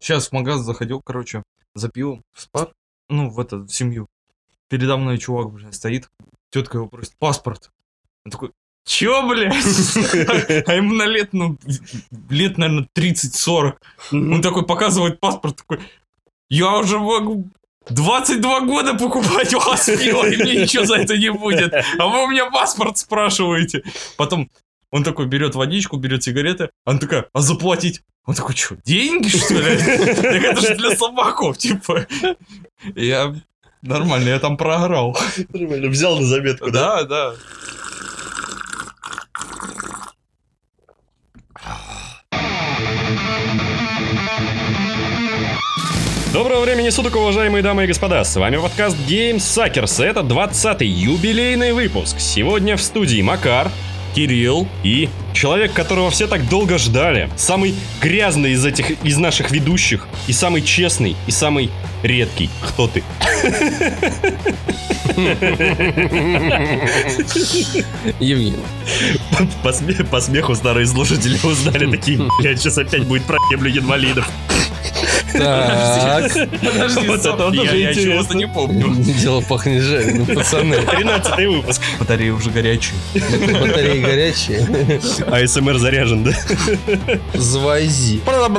Сейчас в магаз заходил, короче, за пивом в спар, в семью. Передо мной чувак, блядь, стоит, тетка его просит паспорт. Он такой, чё, блядь? А ему на лет, лет, наверное, 30-40. Он такой показывает паспорт, такой, я уже могу 22 года покупать у вас пиво, и мне ничего за это не будет. А вы у меня паспорт спрашиваете. Потом он такой берет водичку, берет сигареты. Она такая, а заплатить? Он такой, что, деньги, что ли? Так это же для собаков, типа. Я нормально, я там проорал. Нормально, взял на заметку, да? Да. Доброго времени суток, уважаемые дамы и господа. С вами подкаст Game Suckers. Это 20-й юбилейный выпуск. Сегодня в студии Макар, Кирилл и человек, которого все так долго ждали. Самый грязный из наших ведущих. И самый честный, и самый редкий. Кто ты? Евгений. По смеху старые слушатели узнали такие, блядь, сейчас опять будет про еблю инвалидов. Так. Подожди, Вот это вот уже я чего-то интересно. не помню. Дело пахнет жареным, пацаны. 13-й выпуск. Батареи уже горячие. Батареи горячие. АСМР заряжен, да? Звози.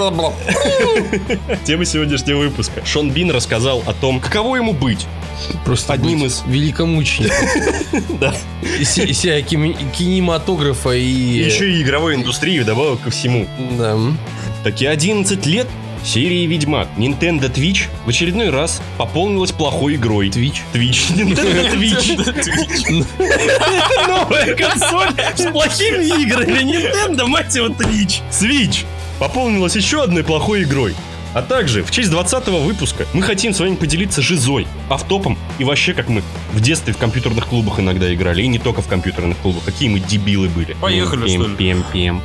Тема сегодняшнего выпуска. Шон Бин рассказал о том, каково ему быть. Просто Одним быть из- великомучеником. Да. Кинематографа и... Еще и игровой индустрии вдобавок ко всему. Да. Таки 11 лет серии Ведьмак. Nintendo Twitch в очередной раз пополнилась плохой игрой. Twitch. Nintendo Twitch. Новая консоль с плохими играми. Nintendo, мать его, Twitch. Switch пополнилась еще одной плохой игрой. А также, в честь 20-го выпуска, мы хотим с вами поделиться жизой, автопом и вообще, как мы в детстве в компьютерных клубах иногда играли. И не только в компьютерных клубах. Какие мы дебилы были. Поехали, что ли? Пем-пем.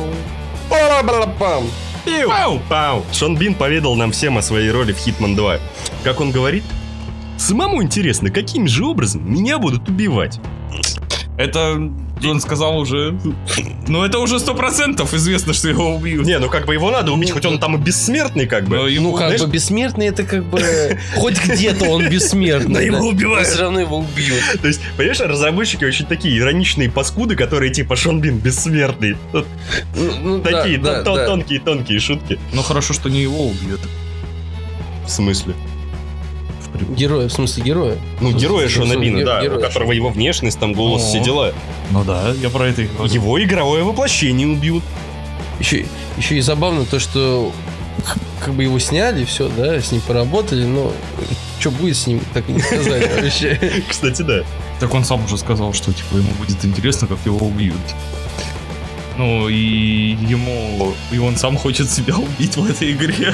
Пау. Шон Бин поведал нам всем о своей роли в Hitman 2. Как он говорит? Самому интересно, каким же образом меня будут убивать. Это он сказал уже. Ну, это уже 100% известно, что его убьют. Не, ну как бы его надо убить, хоть он там и бессмертный, как бы. Ему, Ну, как знаешь, бы бессмертный, это как бы... Хоть где-то он бессмертный. Но его да. убивают. Но все равно его убьют. То есть, понимаешь, разработчики очень такие ироничные паскуды, которые типа Шон Бин бессмертный. Тут Ну, да, такие да. тонкие шутки. ну хорошо, что не его убьют. В смысле? Героя, в смысле героя? Ну, героя Шона Бина, да, у Героя. которого его внешность, там голос, О. все дела. Ну да, я про это и говорю. Его игровое воплощение убьют. Еще и забавно то, что как бы его сняли, все, да, с ним поработали, но что будет с ним, так и не сказали вообще. Кстати, да. Так он сам уже сказал, что типа ему будет интересно, как его убьют. Ну и и он сам хочет себя убить в этой игре.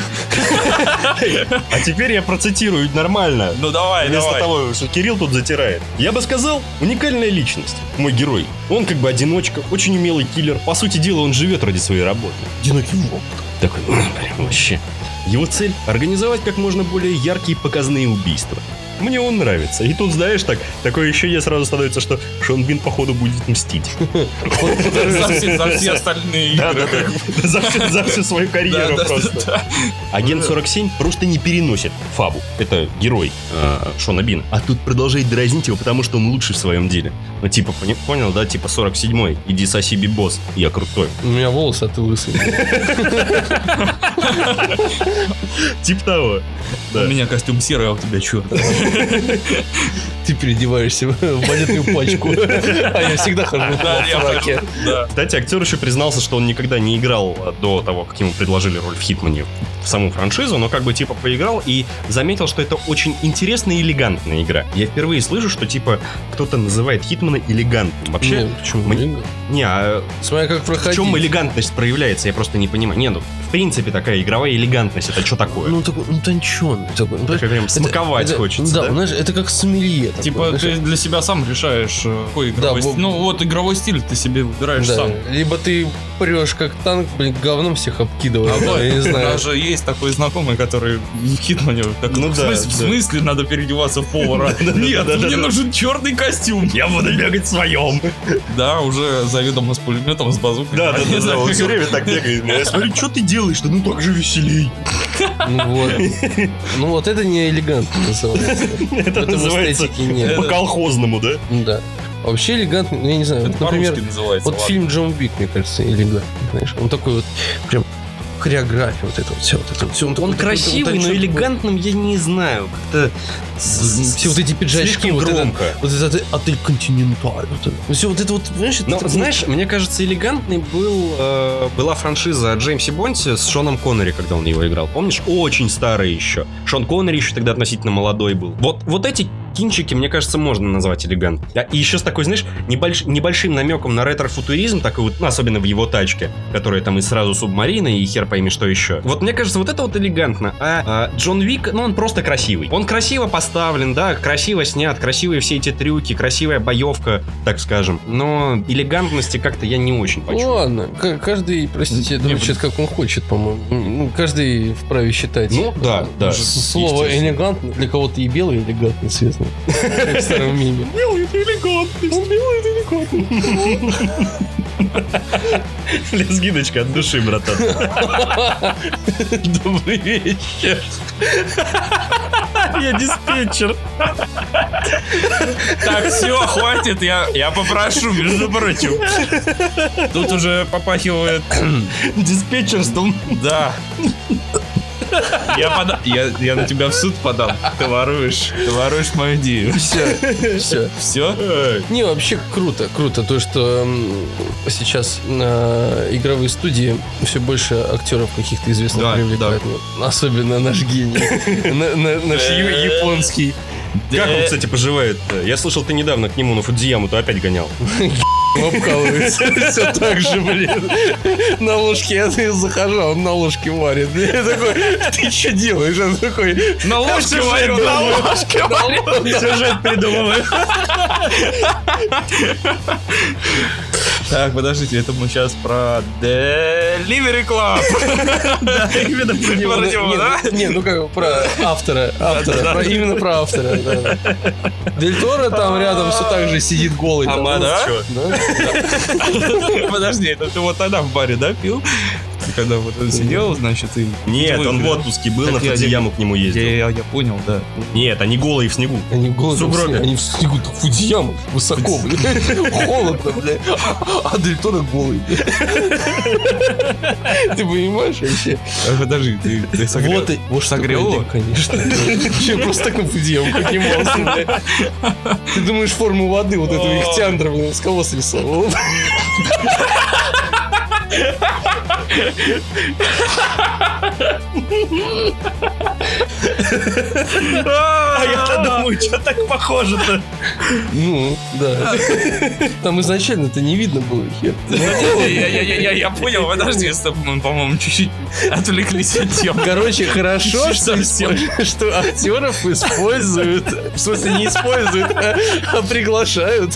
А теперь я процитирую нормально. Ну давай, Вместо того, что Кирилл тут затирает. Я бы сказал, уникальная личность. Мой герой. Он как бы одиночка, очень умелый киллер. По сути дела, он живет ради своей работы. Одинокий волк. Такой, прям вообще. Его цель — организовать как можно более яркие показные убийства. Мне он нравится. И тут, знаешь, такое ощущение сразу становится, что Шон Бин, походу, будет мстить. За все остальные игры. За всю свою карьеру просто. Агент 47 просто не переносит Фабу. Это герой Шона Бина. А тут продолжает дразнить его, потому что он лучший в своем деле. Ну, типа, понял, да? Типа 47-й. Иди соси бибос. Я крутой. У меня волосы, а ты лысый. Типа того. У Да. меня костюм серый, а у тебя черный. Ты переодеваешься в балетную пачку. А я всегда хожу Да, в я фраке. хожу, да. Кстати, актер еще признался, что он никогда не играл до того, как ему предложили роль в Хитмане в саму франшизу, но как бы типа поиграл и заметил, что это очень интересная и элегантная игра. Я впервые слышу, что типа кто-то называет Хитмана элегантным. Вообще, Не, почему? не, а Смотря как в проходить. чем элегантность проявляется, я просто не понимаю. Не, ну, в принципе, такая игровая элегантность, это что такое? Ну, такой, утонченный. Такой. Так прям смаковать хочется, Да, да? знаешь, это как сомелье. такой, Типа знаешь. ты для себя сам решаешь, какой игровой Да, стиль. Ну вот игровой стиль ты себе выбираешь Да, сам. либо ты прешь как танк, блин, говном всех обкидываешь. А вот, я не знаю. даже есть такой знакомый, который в Хитмане так, Ну в да, смысле, в да. смысле надо переодеваться в повара? Нет, мне нужен черный костюм. Я буду бегать в своем. Да, уже заведомо с пулеметом, с базукой. Да, он все время так бегает. Я смотрю, что ты делаешь? Да ну так же веселей. Ну вот. Ну вот это не элегантно называется. Это В этом называется эстетики нет. по-колхозному, да? Да. Вообще элегантно, ну, я не знаю, вот, например, По-русски называется. вот ладно. фильм Джон Уик, мне кажется, элегантный, знаешь. Он такой вот, прям, хореография, вот это вот все. Он такой, красивый, но такой, элегантным я не знаю. Как-то все вот эти пиджачки, слишком вот громко. вот этот отель Континенталь. Все вот это вот, знаешь, Но, это знаешь, мне кажется, элегантной была франшиза о Джеймсе Бонде с Шоном Коннери, когда он его играл. Помнишь? Очень старый еще. Шон Коннери еще тогда относительно молодой был. Вот эти кинчики, мне кажется, можно назвать элегантными. И еще с такой, знаешь, небольшим намеком на ретро-футуризм, такой вот, ну, особенно в его тачке, которая там и сразу субмарина, и хер пойми что еще. Вот мне кажется, вот это вот элегантно. А Джон Уик, ну, он просто красивый. Он красиво поставлен, да, красиво снят, красивые все эти трюки, красивая боевка, так скажем. Но элегантности как-то я не очень Ну почувствовал. ладно, каждый, простите, думает, как он хочет, по-моему. Ну, каждый вправе считать. Ну, да. Слово естественно. элегантно для кого-то и белый элегантный цвет. Как в старом меме. Белый, это элегантный. Он белый, это элегантный. Лезгиночка от души, братан. Добрый вечер. Я диспетчер. Так, все, хватит, я попрошу, между прочим. Тут уже попахивает Диспетчерством. Да. Я на тебя в суд подам. Ты воруешь мою идею. Все. Все? Не, вообще круто то, что сейчас на игровые студии все больше актеров каких-то известных Да, привлекают. Ну, особенно наш гений. Наш японский. Как он, кстати, поживает? Я слышал, ты недавно к нему на Фудзияму-то опять гонял. Обкалывается. Все так же, блин. На ложке я захожу, а он на ложке варит. Я такой, ты что делаешь? Он такой, На ложке варю, на ложке варю. Сюжет придумываю. Так, подождите, это мы сейчас про Delivery Club. Да, именно про него. Про него, да? Не, ну как, про автора. Именно про автора. Да. Дель Торо там рядом все так же сидит голый. там. Да? Да? Подожди, это ты вот тогда в баре, да, пил? Ты когда вот он сидел, значит, и... Нет, он в отпуске был, Так на Фудзияму к нему ездил. Я понял, да. Нет, они голые в снегу. Они голые, Сугробе. они в снегу, так Фудзияма, высоко, блядь. Холодно, блядь. А Дель Торо голый, блядь. Ты понимаешь вообще? Подожди, ты согрел? Вот что согрел такое, его? конечно. Я просто так на Фудзияму поднимался, блядь. Ты думаешь, форму воды вот этого Ихтиандра, блин, с кого срисовал? А я-то думаю, что так похоже-то? Ну, да. Там изначально-то не видно было хер. Я понял, подожди, стоп, мы, по-моему, чуть-чуть отвлеклись от темы. Короче, хорошо, что актеров используют. В смысле, не используют, а приглашают.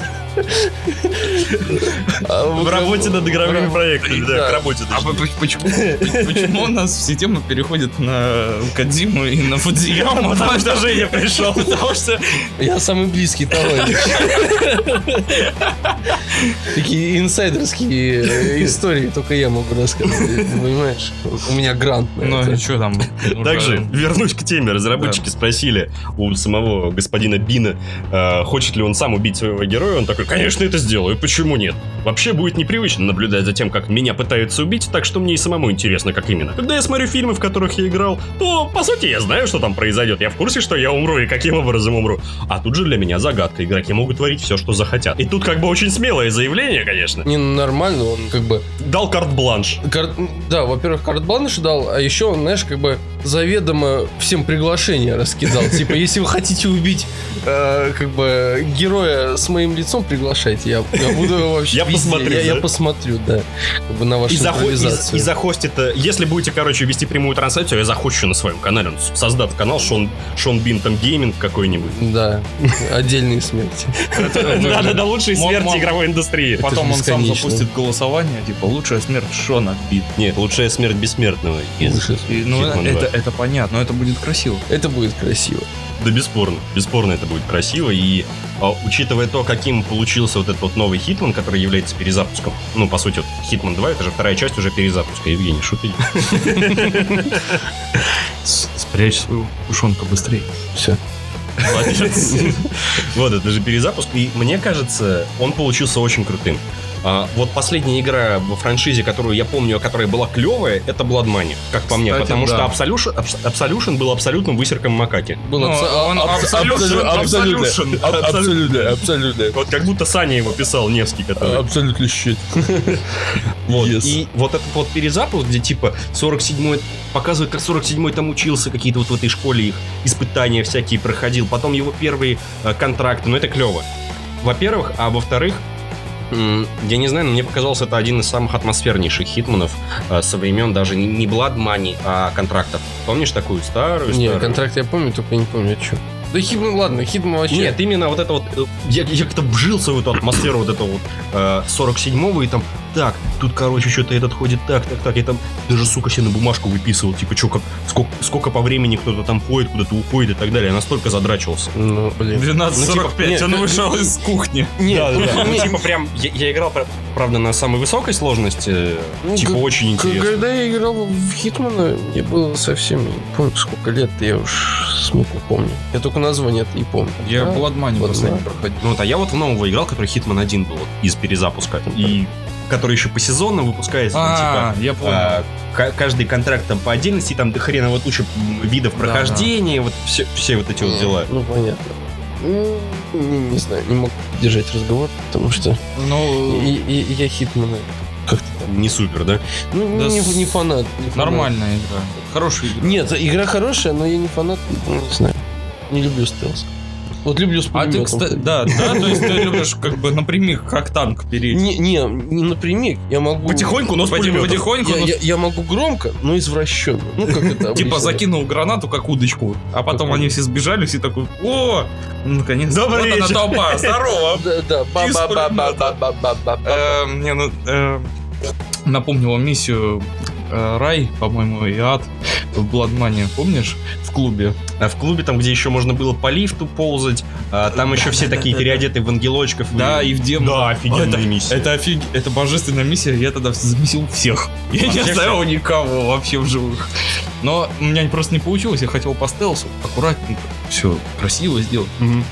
В работе над игровыми проектами, да, Да. к работе А точнее. почему у нас все темы переходят на Кодзиму и на Фудзияму? Потому что Женя пришел. Потому что Я самый близкий товарищ. Такие инсайдерские истории только я могу рассказать. Ты понимаешь? У меня грант на ну это. и что там? Также, вернусь к теме, разработчики спросили у самого господина Бина, хочет ли он сам убить своего героя. Он такой, конечно, это сделаю, почему нет? Вообще будет непривычно наблюдать за тем, как меня пытаются убить, так что мне и самому интересно, как именно. Когда я смотрю фильмы, в которых я играл, то, по сути, я знаю, что там произойдет. Я в курсе, что я умру и каким образом умру. А тут же для меня загадка. Игроки могут творить все, что захотят. И тут как бы очень смелое заявление, конечно. Не, ну, нормально, он как бы... Дал карт-бланш. Да, во-первых, карт-бланш дал, а еще он, знаешь, как бы заведомо всем приглашения раскидал. Типа, если вы хотите убить как бы героя с моим лицом, приглашайте. Я буду вообще Я везде. посмотрю, Я да? посмотрю, да. Как бы на вашу импровизацию. И захостит, если будете, короче, вести прямую трансляцию, я захочу на своем канале. Он создаст канал Шон Бин там гейминг какой-нибудь. Да, отдельные смерти. Да-да-да, лучшие смерти игровой индустрии. Потом он сам бесконечно. запустит голосование, типа, лучшая смерть Шона Бит. Нет, лучшая смерть бессмертного. из Лучшая И, ну, Hitman 2. это понятно, но это будет красиво. Это будет красиво. Да, бесспорно. Бесспорно это будет красиво. И учитывая то, каким получился вот этот вот новый Hitman, который является перезапуском. Ну, по сути, вот Hitman 2, это же вторая часть уже перезапуска. Евгений, шутки. Прячь свою тушенку быстрее. Все. Молодец. Вот, это же перезапуск. И мне кажется, он получился очень крутым. Вот последняя игра во франшизе, которую я помню, которая была клевая, это Blood Money, как по мне. Кстати, Потому да. что Absolution был абсолютным высерком макаки. Было абсолютно. Вот как будто Саня его писал, Невский, который. Абсолютно щит. Вот. Yes. И вот этот вот перезапуск, где типа 47-й показывает, как 47-й там учился, какие-то вот в этой школе их испытания всякие проходил. Потом его первые контракты. Ну, это клево. Во-первых, а во-вторых, я не знаю, но мне показалось, это один из самых атмосфернейших хитманов со времен даже не Blood Money, а контрактов. Помнишь такую старую? Не, контракт я помню, только не помню, что. Да Хитман, ладно, Хитман вообще... Нет, именно вот это вот... Я как-то вжился в эту атмосферу вот этого вот 47-го, и там, так, тут, короче, что-то этот ходит так, я там даже, сука, себе на бумажку выписывал, типа, что, как, сколько по времени кто-то там ходит, куда-то уходит и так далее. Я настолько задрачивался. Ну, блин. 12:45, он вышел из кухни. Да. Ну, типа, прям, я играл, правда, на самой высокой сложности, типа, очень интересно. Когда я играл в Хитмана, мне было совсем, не помню, сколько лет, я уж смутно помню. Я только название и помню. Я Да? Blood Money Blood последний Money. проходил. Ну, вот, а я вот в нового играл, который Hitman 1 был вот, из перезапуска. И который еще посезонно выпускается, там, Я понял. каждый контракт там по отдельности, там до хрена вот куча видов прохождения, вот все вот эти вот дела. Ну, понятно. Не знаю, не мог держать разговор, потому что Ну, и я Хитмана как-то там. Не супер, да? Ну, Да не фанат. нормальная игра. Хорошая игра. Нет, игра хорошая, но я не фанат, не знаю. Не люблю стелс. Вот люблю с А ты, пулемётом кстати, ходить. да, то есть ты любишь как бы напрямик, как танк перейти. Не напрямик, я могу... Потихоньку, но с пулемётом. Потихоньку, но Я могу громко, но извращенно. Ну, как это обычно. типа закинул гранату, как удочку, а потом Как они все сбежали, все такой, о, наконец-то, Добрый вот она вечер. толпа, здорово. Да, ба-ба-ба-ба-ба-ба-ба. Мне напомнила миссию Рай, по-моему, и Ад в Blood Money, помнишь, в клубе? А в клубе, там, где еще можно было по лифту ползать, там еще все такие переодетые в ангелочков. Да, и в демона. Да, офигенная миссия. Это божественная миссия, я тогда замесил всех. Я не оставил никого вообще в живых. Но у меня просто не получилось, я хотел по стелсу, аккуратненько, все красиво сделать.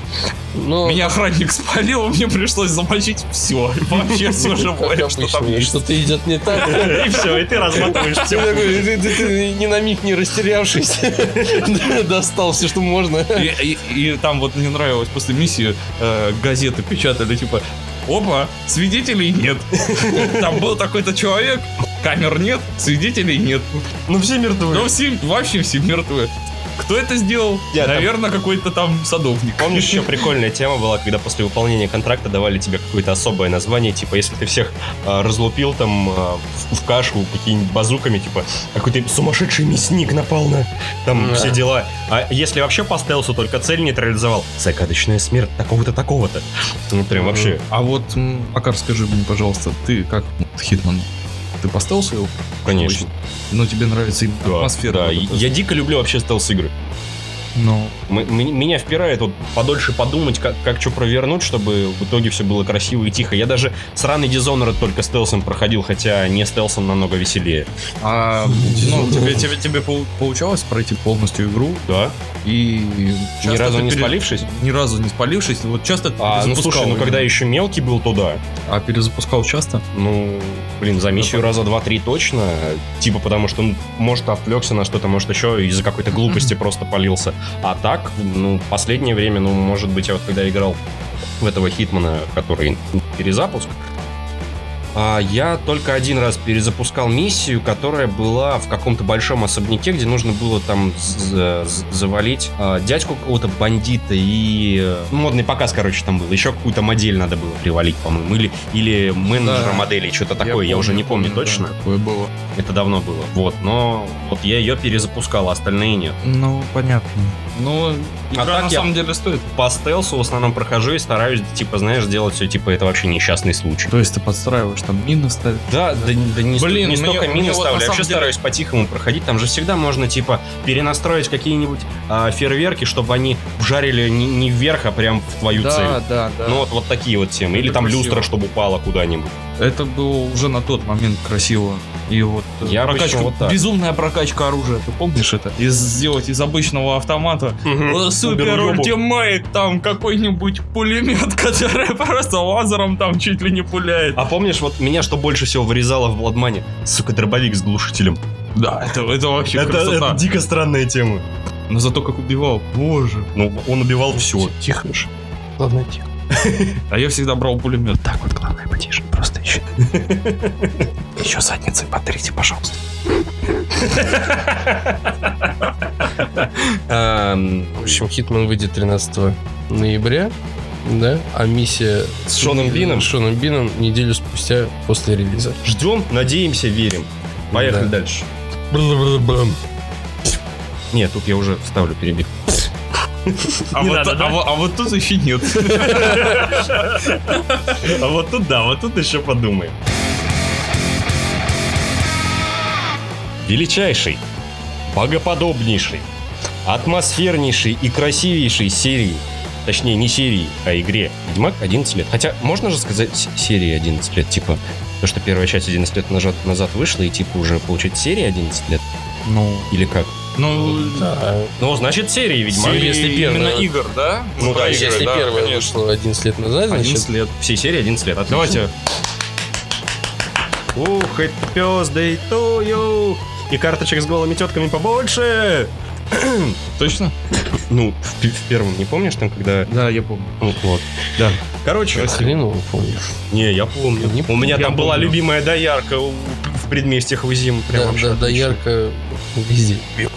Но, Меня охранник спалил, мне пришлось замочить все. Вообще все как живое, что там обычно, есть. что-то идет не так. И все, и ты разматываешь Ты все. такой, ты ни на миг не растерявшись, достал все, что можно. И там вот мне нравилось после миссии газеты печатали, типа, опа, свидетелей нет. Там был такой-то человек, камер нет, свидетелей нет. Ну все мертвы. Но все, вообще все мертвы. Кто это сделал? Я там- Наверное, какой-то там садовник. Помнишь, еще прикольная тема была, когда после выполнения контракта давали тебе какое-то особое название, типа, если ты всех разлупил там в кашу какими-нибудь базуками, типа, какой-то сумасшедший мясник напал на там Да. все дела. А если вообще по стелсу только цель нейтрализовал, загадочная смерть такого-то, такого-то. Ну, прям вообще. А вот, Акар, скажи мне, пожалуйста, ты как Хитман? Ты по стелсу его? Конечно. Но тебе нравится именно Да, атмосфера. да. вот эта. Я дико люблю вообще стелс-игры. Ну, Меня впирает вот подольше подумать, как что провернуть, чтобы в итоге все было красиво и тихо. Я даже сраный Dishonored только стелсом проходил, хотя не стелсом намного веселее. тебе получалось пройти полностью игру Да? и Ни часто разу ты не спалившись? Ни разу не спалившись. Вот часто ты Ну перезапускал слушай, ну именно. когда еще мелкий был, то да. А перезапускал часто? Ну, блин, за миссию раза 2-3 точно. Типа потому что, может, отвлекся на что-то, может, еще из-за какой-то глупости просто палился. А так, ну, последнее время, ну, может быть, я вот когда играл в этого Хитмана, который перезапуск, я только один раз перезапускал миссию, которая была в каком-то большом особняке, где нужно было там завалить дядьку какого-то бандита и модный показ, короче, там был. Еще какую-то модель надо было привалить, по-моему, или менеджера Да. модели, что-то такое. Я уже не помню точно. Да, такое было. Это давно было. Вот, но вот я ее перезапускал, а остальные нет. Ну, понятно. Ну, игра так на я- самом деле стоит. По стелсу в основном прохожу и стараюсь, типа, знаешь, делать все, типа, это вообще несчастный случай. То есть ты подстраиваешь там мины ставишь. Да, не, Блин, не столько мне мины вот ставлю, на я вообще самом деле- стараюсь по-тихому проходить. Там же всегда можно, типа, перенастроить какие-нибудь фейерверки, чтобы они жарили не вверх, а прям в твою цель. Да. Ну, вот такие вот темы. Или Это там красиво. люстра, чтобы упала куда-нибудь. Это было уже на тот момент красиво. И вот Я прокачка, обычно вот так. безумная прокачка оружия, ты помнишь это? Сделать из обычного автомата супер Суперёбу. ультимейт, там какой-нибудь пулемет, который просто лазером там чуть ли не пуляет. А помнишь, вот меня что больше всего вырезало в Бладмане? Сука, дробовик с глушителем. Да, это вообще Это красота. дико странная тема. Но зато как убивал, боже. Ну, он убивал все. Тихо уж. Ладно, тихо. А я всегда брал пулемет. Так вот, главное, потише. Просто еще. Еще задницей потрите, пожалуйста. В общем, Хитман выйдет 13 ноября, да, а миссия С Шоном Бином? С Шоном Бином неделю спустя после релиза. Ждем, надеемся, верим. Поехали Да. дальше. Нет, тут я уже вставлю перебив. А, Не вот, надо, да? а вот тут еще нет. А вот тут да, вот тут еще подумаем. Величайший, богоподобнейший, атмосфернейший и красивейший серии, точнее не серии, а игре Ведьмак 11 лет. Хотя можно же сказать серии 11 лет, типа то, что первая часть 11 лет назад вышла, и типа уже получается серия 11 лет? Ну, Или как? Да. Ну, значит, серии Ведьмак. Серии, если первая- именно игр, да? Ну да, игры, Если да, первая конечно. вышла 11 лет назад, значит... 11 лет. Все серии 11 лет. Отлично. Давайте. Happy birthday to you. И карточек с голыми тетками побольше. Точно? Ну, в первом не помнишь там, когда... Да, я помню. Ну, вот. Да. Короче, Хреново помню. не, я помню. Не У меня я там была помню. любимая доярка в предместьях в зиму. Прям Да, вообще да, да, отлично. ярко везде.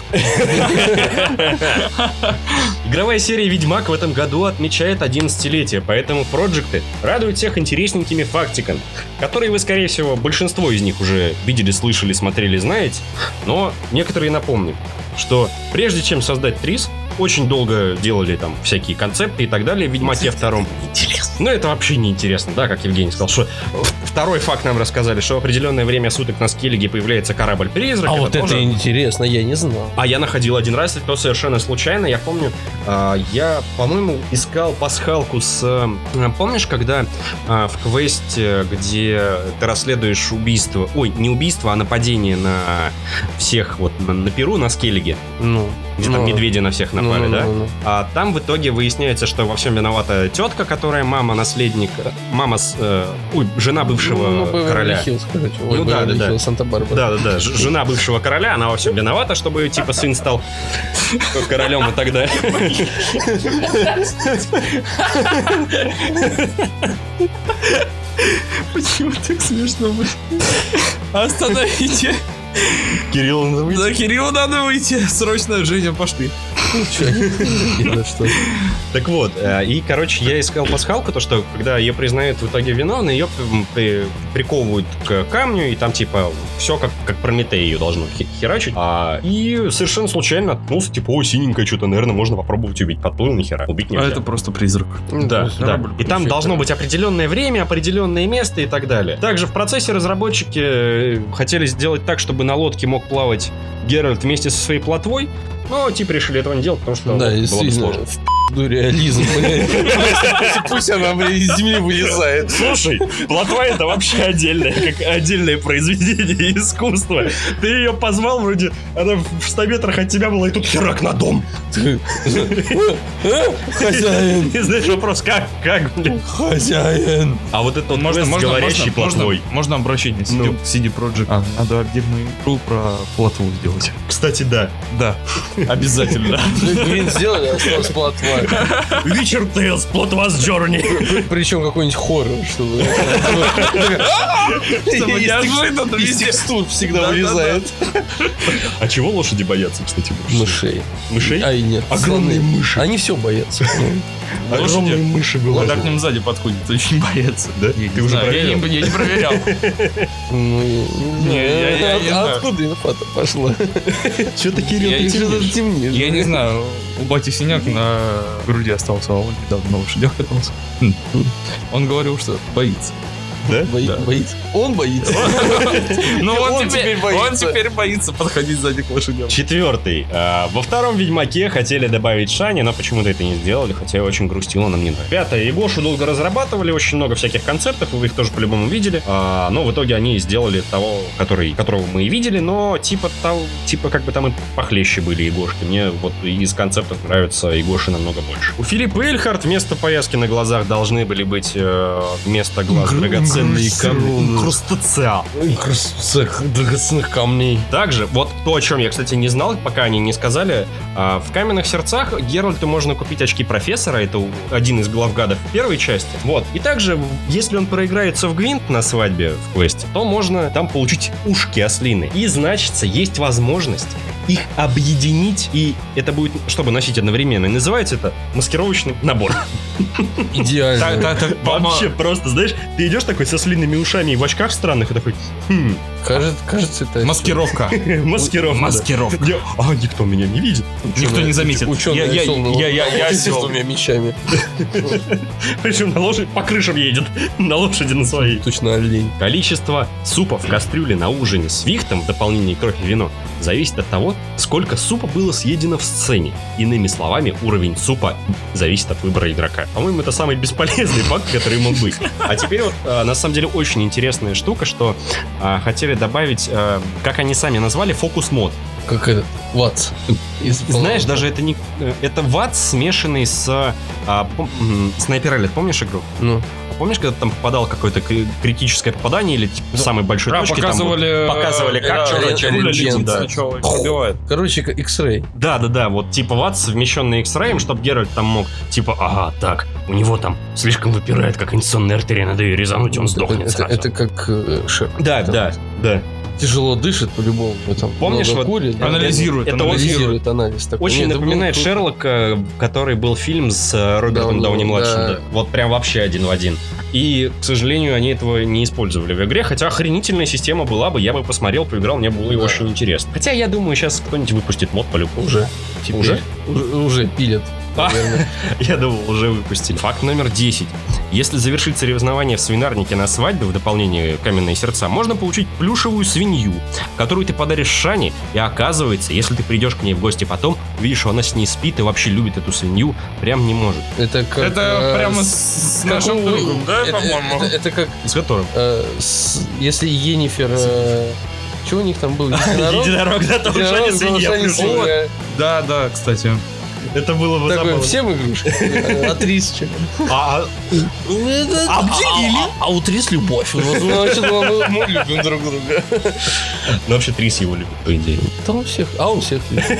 Игровая серия «Ведьмак» в этом году отмечает 11-летие, поэтому проджекты радуют всех интересненькими фактиками, которые вы, скорее всего, большинство из них уже видели, слышали, смотрели, знаете, но некоторые напомним, что прежде чем создать ТРИС, очень долго делали там всякие концепты и так далее в «Ведьмаке 2». Ну, это вообще не интересно, да, как Евгений сказал, что второй факт нам рассказали, что в определенное время суток на Скеллиге появляется корабль-призрак. А вот это тоже- интересно, я не знал. А я находил один раз, и то совершенно случайно. Я помню, я, по-моему, искал пасхалку с... Помнишь, когда в квесте, где ты расследуешь убийство... Ой, не убийство, а нападение на всех вот на Перу, на Скеллиге. Ну, Где там медведи на всех напали, да? А там в итоге выясняется, что во всем виновата тетка, которая мама наследника... Мама жена бывшего короля. Ну да, да, да. Санта-Барбара. Да-да-да, жена бывшего короля, она во всем виновата, чтобы, типа, сын стал королем и так далее. Почему так смешно? Остановите. Кирилл, надо выйти. За Кириллу надо выйти. Срочно, Женя, пошли. Что? Так вот, и, короче, я искал пасхалку, то, что, когда ее признают в итоге виновной, ее приковывают к камню, и там, типа, все как Прометей ее должно херачить. И совершенно случайно наткнулся, типа, о, синенькое что-то, наверное, можно попробовать убить. Подплыл, нахера. Убить А нельзя. это просто призрак. Да, да. И там Пришельцы. должно быть определенное время, определенное место и так далее. Также в процессе разработчики хотели сделать так, чтобы на лодке мог плавать Геральт вместе со своей плотвой, но типа решили этого не делать, потому что Да, было бы действительно, сложно. в реализм, блядь. Пусть она, блядь, из земли вылезает. Слушай, плотва это вообще отдельное, как отдельное произведение искусства. Ты ее позвал, вроде, она в 100 метрах от тебя была, и тут херак на дом. Хозяин, И знаешь, вопрос, как, блин? хозяин. А вот это вот квест с говорящей плотвой. Можно обращение Ну. CD Projekt. Надо отдельную игру про плотву сделать. Кстати, да. Да, обязательно. Блин, сделали, осталась плотва. Witcher Tales, Plot Was Journey. Причем какой-нибудь хоррор, чтобы... Чтобы неожиданно Из везде. текстур всегда Да-да-да. вылезает. А чего лошади боятся, кстати, больше? Мышей. Мышей? Ай, нет. Огромные слоны. мыши. Они все боятся. Огромные мыши Когда вылазят. к ним сзади подходит, очень боятся. Да? Я Ты не уже знаю, проверил? Я не проверял. Ну, я не знаю. откуда инфа-то пошла? Что-то, Кирилл, Я ты не что-то Что-то темнеет. Я не знаю, у бати синяк на груди остался, а он недавно на лошадях катался. Он говорил, что боится. Да? Боится. Он боится. Ну Он теперь боится. он теперь боится подходить сзади к лошадям. 4. Во втором Ведьмаке хотели добавить Шани, но почему-то это не сделали, хотя я очень грустил, она мне нравится. 5. Егошу долго разрабатывали, очень много всяких концептов, и вы их тоже по-любому видели. Но в итоге они сделали того, которого мы и видели, но типа как бы там и похлеще были Егошки. Мне вот из концептов нравится Егоши намного больше. У Филиппа Эльхарт вместо повязки на глазах должны были быть вместо глаз драгоценные камни. Инкрустация. Драгоценных камней. Также, вот то, о чем я, кстати, не знал, пока они не сказали, в «Каменных сердцах» Геральту можно купить очки профессора, это один из главгадов в первой части. Вот. И также, если он проиграется в Гвинт на свадьбе в квесте, то можно там получить ушки ослины. И, значится, есть возможность их объединить, и это будет, чтобы носить одновременно. И называется это маскировочный набор. Идеально. Вообще просто, знаешь, ты идешь такой со слинными ушами и в очках странных, и такой, Кажется, это... Маскировка. маскировка. Маскировка. Никто меня не видит. Никто не заметит. Ученый я с осел. двумя мечами. Причем на лошади по крышам едет. На лошади на своей. Точно олень. Количество супа в кастрюле на ужине с вихтом в дополнение кровь и вино зависит от того, сколько супа было съедено в сцене. Иными словами, уровень супа зависит от выбора игрока. По-моему, это самый бесполезный факт, который мог быть. А теперь вот, на самом деле, очень интересная штука, что хотели добавить, как они сами назвали, фокус-мод. Как этот, Ватс. Знаешь, даже это не... Это Ватс, смешанный с Снайпер Элит, помнишь игру? Ну. Помнишь, когда там попадало какое-то критическое попадание или типа, самой большой точки? Показывали, как что убивает. Короче, X-Ray. Да, вот типа Ватс, совмещенный X-Ray, чтобы Геральт там мог, типа, так, у него там слишком выпирает, как инсонная артерия, надо ее резануть, и он сдохнет сразу. Это как Шер. Да. Тяжело дышит по-любому. Помнишь, вот курит, анализирует анализ такой. Очень напоминает Шерлока, который был фильм с Робертом Дауни-младшим. Да. Вот прям вообще один в один. И, к сожалению, они этого не использовали в игре, хотя охренительная система была бы, я бы посмотрел, поиграл, мне было очень интересно. Хотя я думаю, сейчас кто-нибудь выпустит мод по-любому. Уже пилят. Я думал, уже выпустили. Факт номер 10. Если завершить соревнование в свинарнике на свадьбе в дополнение «Каменные сердца», можно получить плюшевую свинью, которую ты подаришь Шане, и оказывается, если ты придешь к ней в гости потом, видишь, что она с ней спит и вообще любит эту свинью, прям не может. Это прямо с нашим другом, да, по-моему? Это как... С которым? Если Йеннифер... Чего у них там был? Единорог, да, там Шане свинья. Да, кстати. Это было бы забавно. Всем игрушки. От Рисча. А у Трис любовь. Значит, мы любим друг друга. Ну, вообще, Трис его любит, по идее. Там у всех. У всех.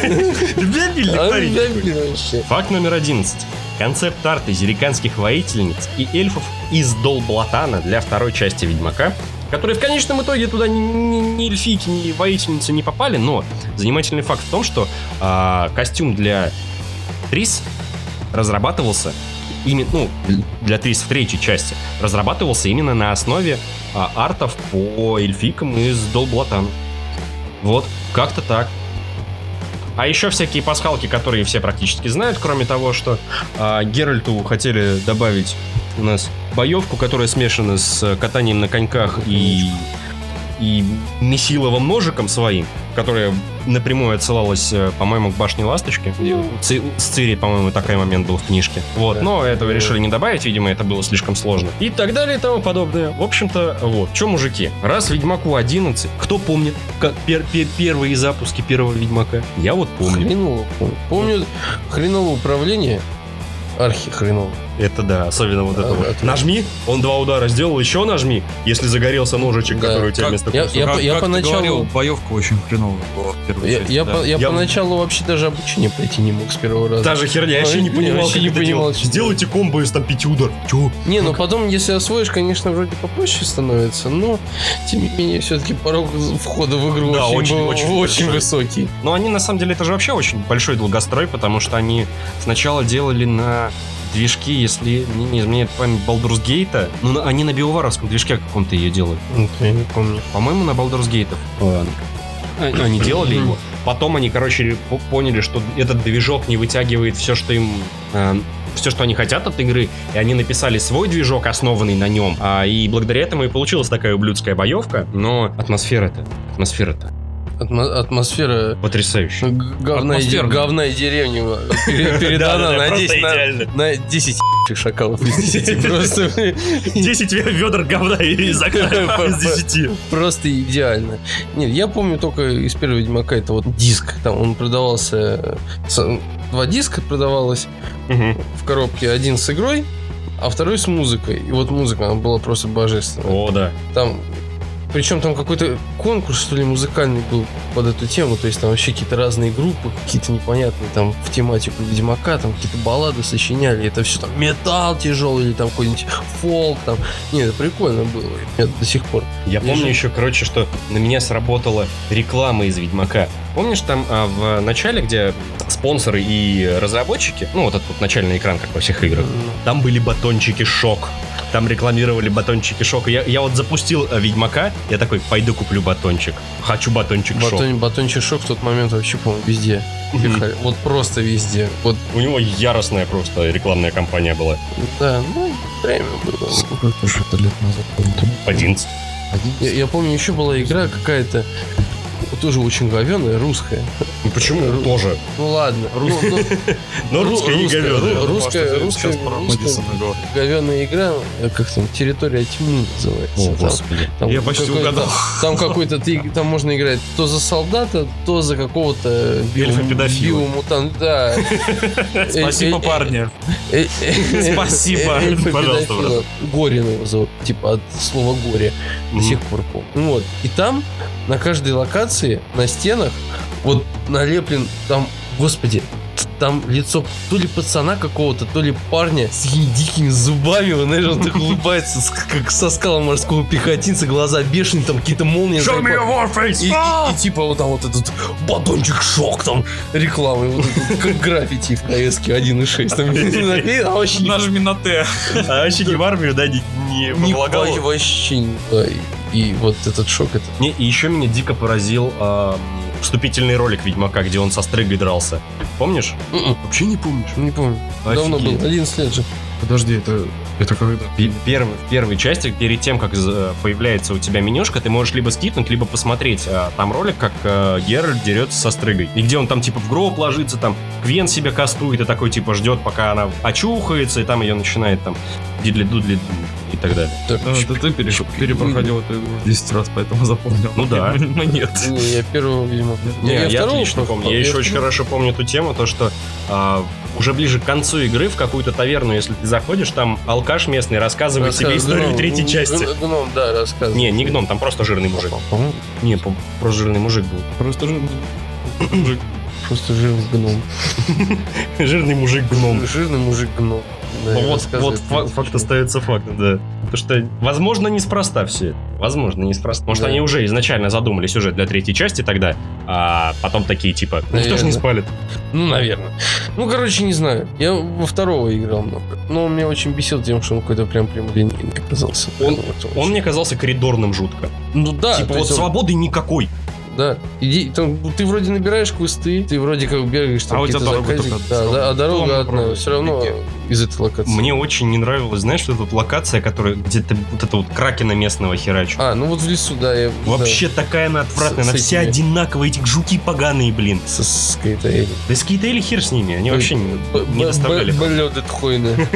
Факт номер 11. Концепт-арт зериканских воительниц и эльфов из Долблатана для второй части Ведьмака, которые в конечном итоге туда ни эльфийки, ни воительницы не попали, но занимательный факт в том, что костюм для Трис разрабатывался для Трис в третьей части разрабатывался именно на основе артов по эльфикам из Долблатана. Вот, как-то так. А еще всякие пасхалки, которые все практически знают, кроме того, что Геральту хотели добавить у нас боевку, которая смешана с катанием на коньках и месиловым ножиком своим, которая напрямую отсылалась, по-моему, к башне Ласточки. С Цири, по-моему, такой момент был в книжке. Вот, да. Но этого решили не добавить, видимо, это было слишком сложно. И так далее и тому подобное. В общем-то, вот. Че, мужики, раз Ведьмаку 11, кто помнит первые запуски первого Ведьмака? Я вот помню. Хреново помню. Помню хреновое управление. Архи-хреново. Это да, особенно вот это вот. Нажми, он 2 удара сделал, еще нажми, если загорелся ножичек, который у тебя вместо курса. Я поначалу... боевка очень хреновая была в первой части. Я поначалу вообще даже обучение пройти не мог с первого раза. Та же херня, я вообще не понимал, сделайте комбо из там 5 удар. Чё? Не, ну потом, если освоишь, конечно, вроде попроще становится, но, тем не менее, все-таки порог входа в игру очень высокий. Но они, на самом деле, это же вообще очень большой долгострой, потому что они сначала делали на движки, если не изменяет память, Baldur's Gate. Ну, они на биоваровском движке каком-то ее делают. Я не помню. По-моему, на Baldur's Gate. Они делали его. потом они, короче, поняли, что этот движок не вытягивает все, что им... все, что они хотят от игры, и они написали свой движок, основанный на нем. И благодаря этому и получилась такая ублюдская боевка. Но атмосфера-то... Атмосфера потрясающая. говна и деревни передана на 10 шакалов из 10. Просто 10 ведер говна из окна из 10. Просто идеально. Нет, я помню только из первого Ведьмака это вот диск. Там он продавался... 2 диска продавалось в коробке. Один с игрой, а второй с музыкой. И вот музыка, она была просто божественная. О, да. Там... Причем там какой-то конкурс, что ли, музыкальный был под эту тему. То есть там вообще какие-то разные группы, какие-то непонятные там в тематику Ведьмака, там какие-то баллады сочиняли. Это все там металл тяжелый или там какой-нибудь фолк там. Нет, это прикольно было. Это до сих пор. Я помню еще, короче, что на меня сработала реклама из Ведьмака. Помнишь, там в начале, где спонсоры и разработчики, ну вот этот вот начальный экран, как во всех играх, там были батончики Шок. Там рекламировали батончики Шок. Я вот запустил Ведьмака, я такой, пойду куплю батончик. Хочу батончик Шок. Батончик Шок в тот момент вообще, по-моему, везде. Вот просто везде. Вот. У него яростная просто рекламная кампания была. Да, ну, время было. Сколько же это лет назад? 11. Я помню, еще была игра какая-то, тоже очень говёная, русская. Ну почему тоже? Ну ладно. Но русская не говёная. Русская говёная игра, как там, «Территория тьмы» называется. О, господи. Я почти угадал. Там какой-то, там можно играть то за солдата, то за какого-то биомутанта. Да. Спасибо, парни. Спасибо. Пожалуйста. Горин его зовут, типа от слова горе. До сих пор помню. Вот. И там на каждой локации, на стенах, вот налеплен там, господи, там лицо то ли пацана какого-то, то ли парня с такими дикими зубами, он, знаешь, он так улыбается, как со скала морского пехотинца, глаза бешеные, там какие-то молнии. Show me your war face! И типа вот там вот этот батончик Шок, там рекламы, вот это, как граффити в КСке 1.6. Там вообще... Нажми на Т. А вообще не в армию, да, не помогал? Вообще не... И вот этот Шок это... Не, и еще меня дико поразил вступительный ролик Ведьмака, где он со Стрыгой дрался. Помнишь? Вообще не помнишь? Не помню. Давно было, 11 лет же. Подожди, это когда? В первой части, перед тем, как появляется у тебя менюшка, ты можешь либо скипнуть, либо посмотреть там ролик, как Геральт дерется со Стрыгой. И где он там типа в гроб ложится, там Квен себя кастует и такой типа ждет, пока она очухается, и там ее начинает там дидли-дудли и так далее. Ты перепроходил эту игру 10 раз, поэтому запомнил. Ну да. Нет. Я первого, видимо. Я отлично помню. Я еще очень хорошо помню ту тему, то что уже ближе к концу игры в какую-то таверну, если ты заходишь, там алкаш местный рассказывает тебе историю третьей части. Гном, да, рассказывает. Не гном, там просто жирный мужик. Не, просто жирный мужик был. Просто жирный мужик. Просто жирный гном. Жирный мужик-гном. Жирный мужик-гном. Вот факт остается фактом, да. Потому что, возможно, неспроста все это. Возможно, неспроста. Может, они уже изначально задумали сюжет для третьей части тогда, а потом такие, типа, никто же не спалит. Ну, наверное. Ну, короче, не знаю. Я во второго играл много. Но он меня очень бесил тем, что он какой-то прям прямолинейный оказался. Он мне казался коридорным жутко. Ну да. Типа вот свободы никакой. Да. Иди, там, ты вроде набираешь квесты, ты вроде как бегаешь, там у тебя дорога только. Да, а дорога одна. Все равно из этой локации. Мне очень не нравилось, знаешь, что тут локация, которая где-то вот это вот кракена местного херачу. Ну вот в лесу, да. Вообще такая она отвратная, она вся одинаковая, эти жуки поганые, блин. С Кейтейли. Да с Кейтейли хер с ними, они вообще не доставляли. Блюдет хуйны.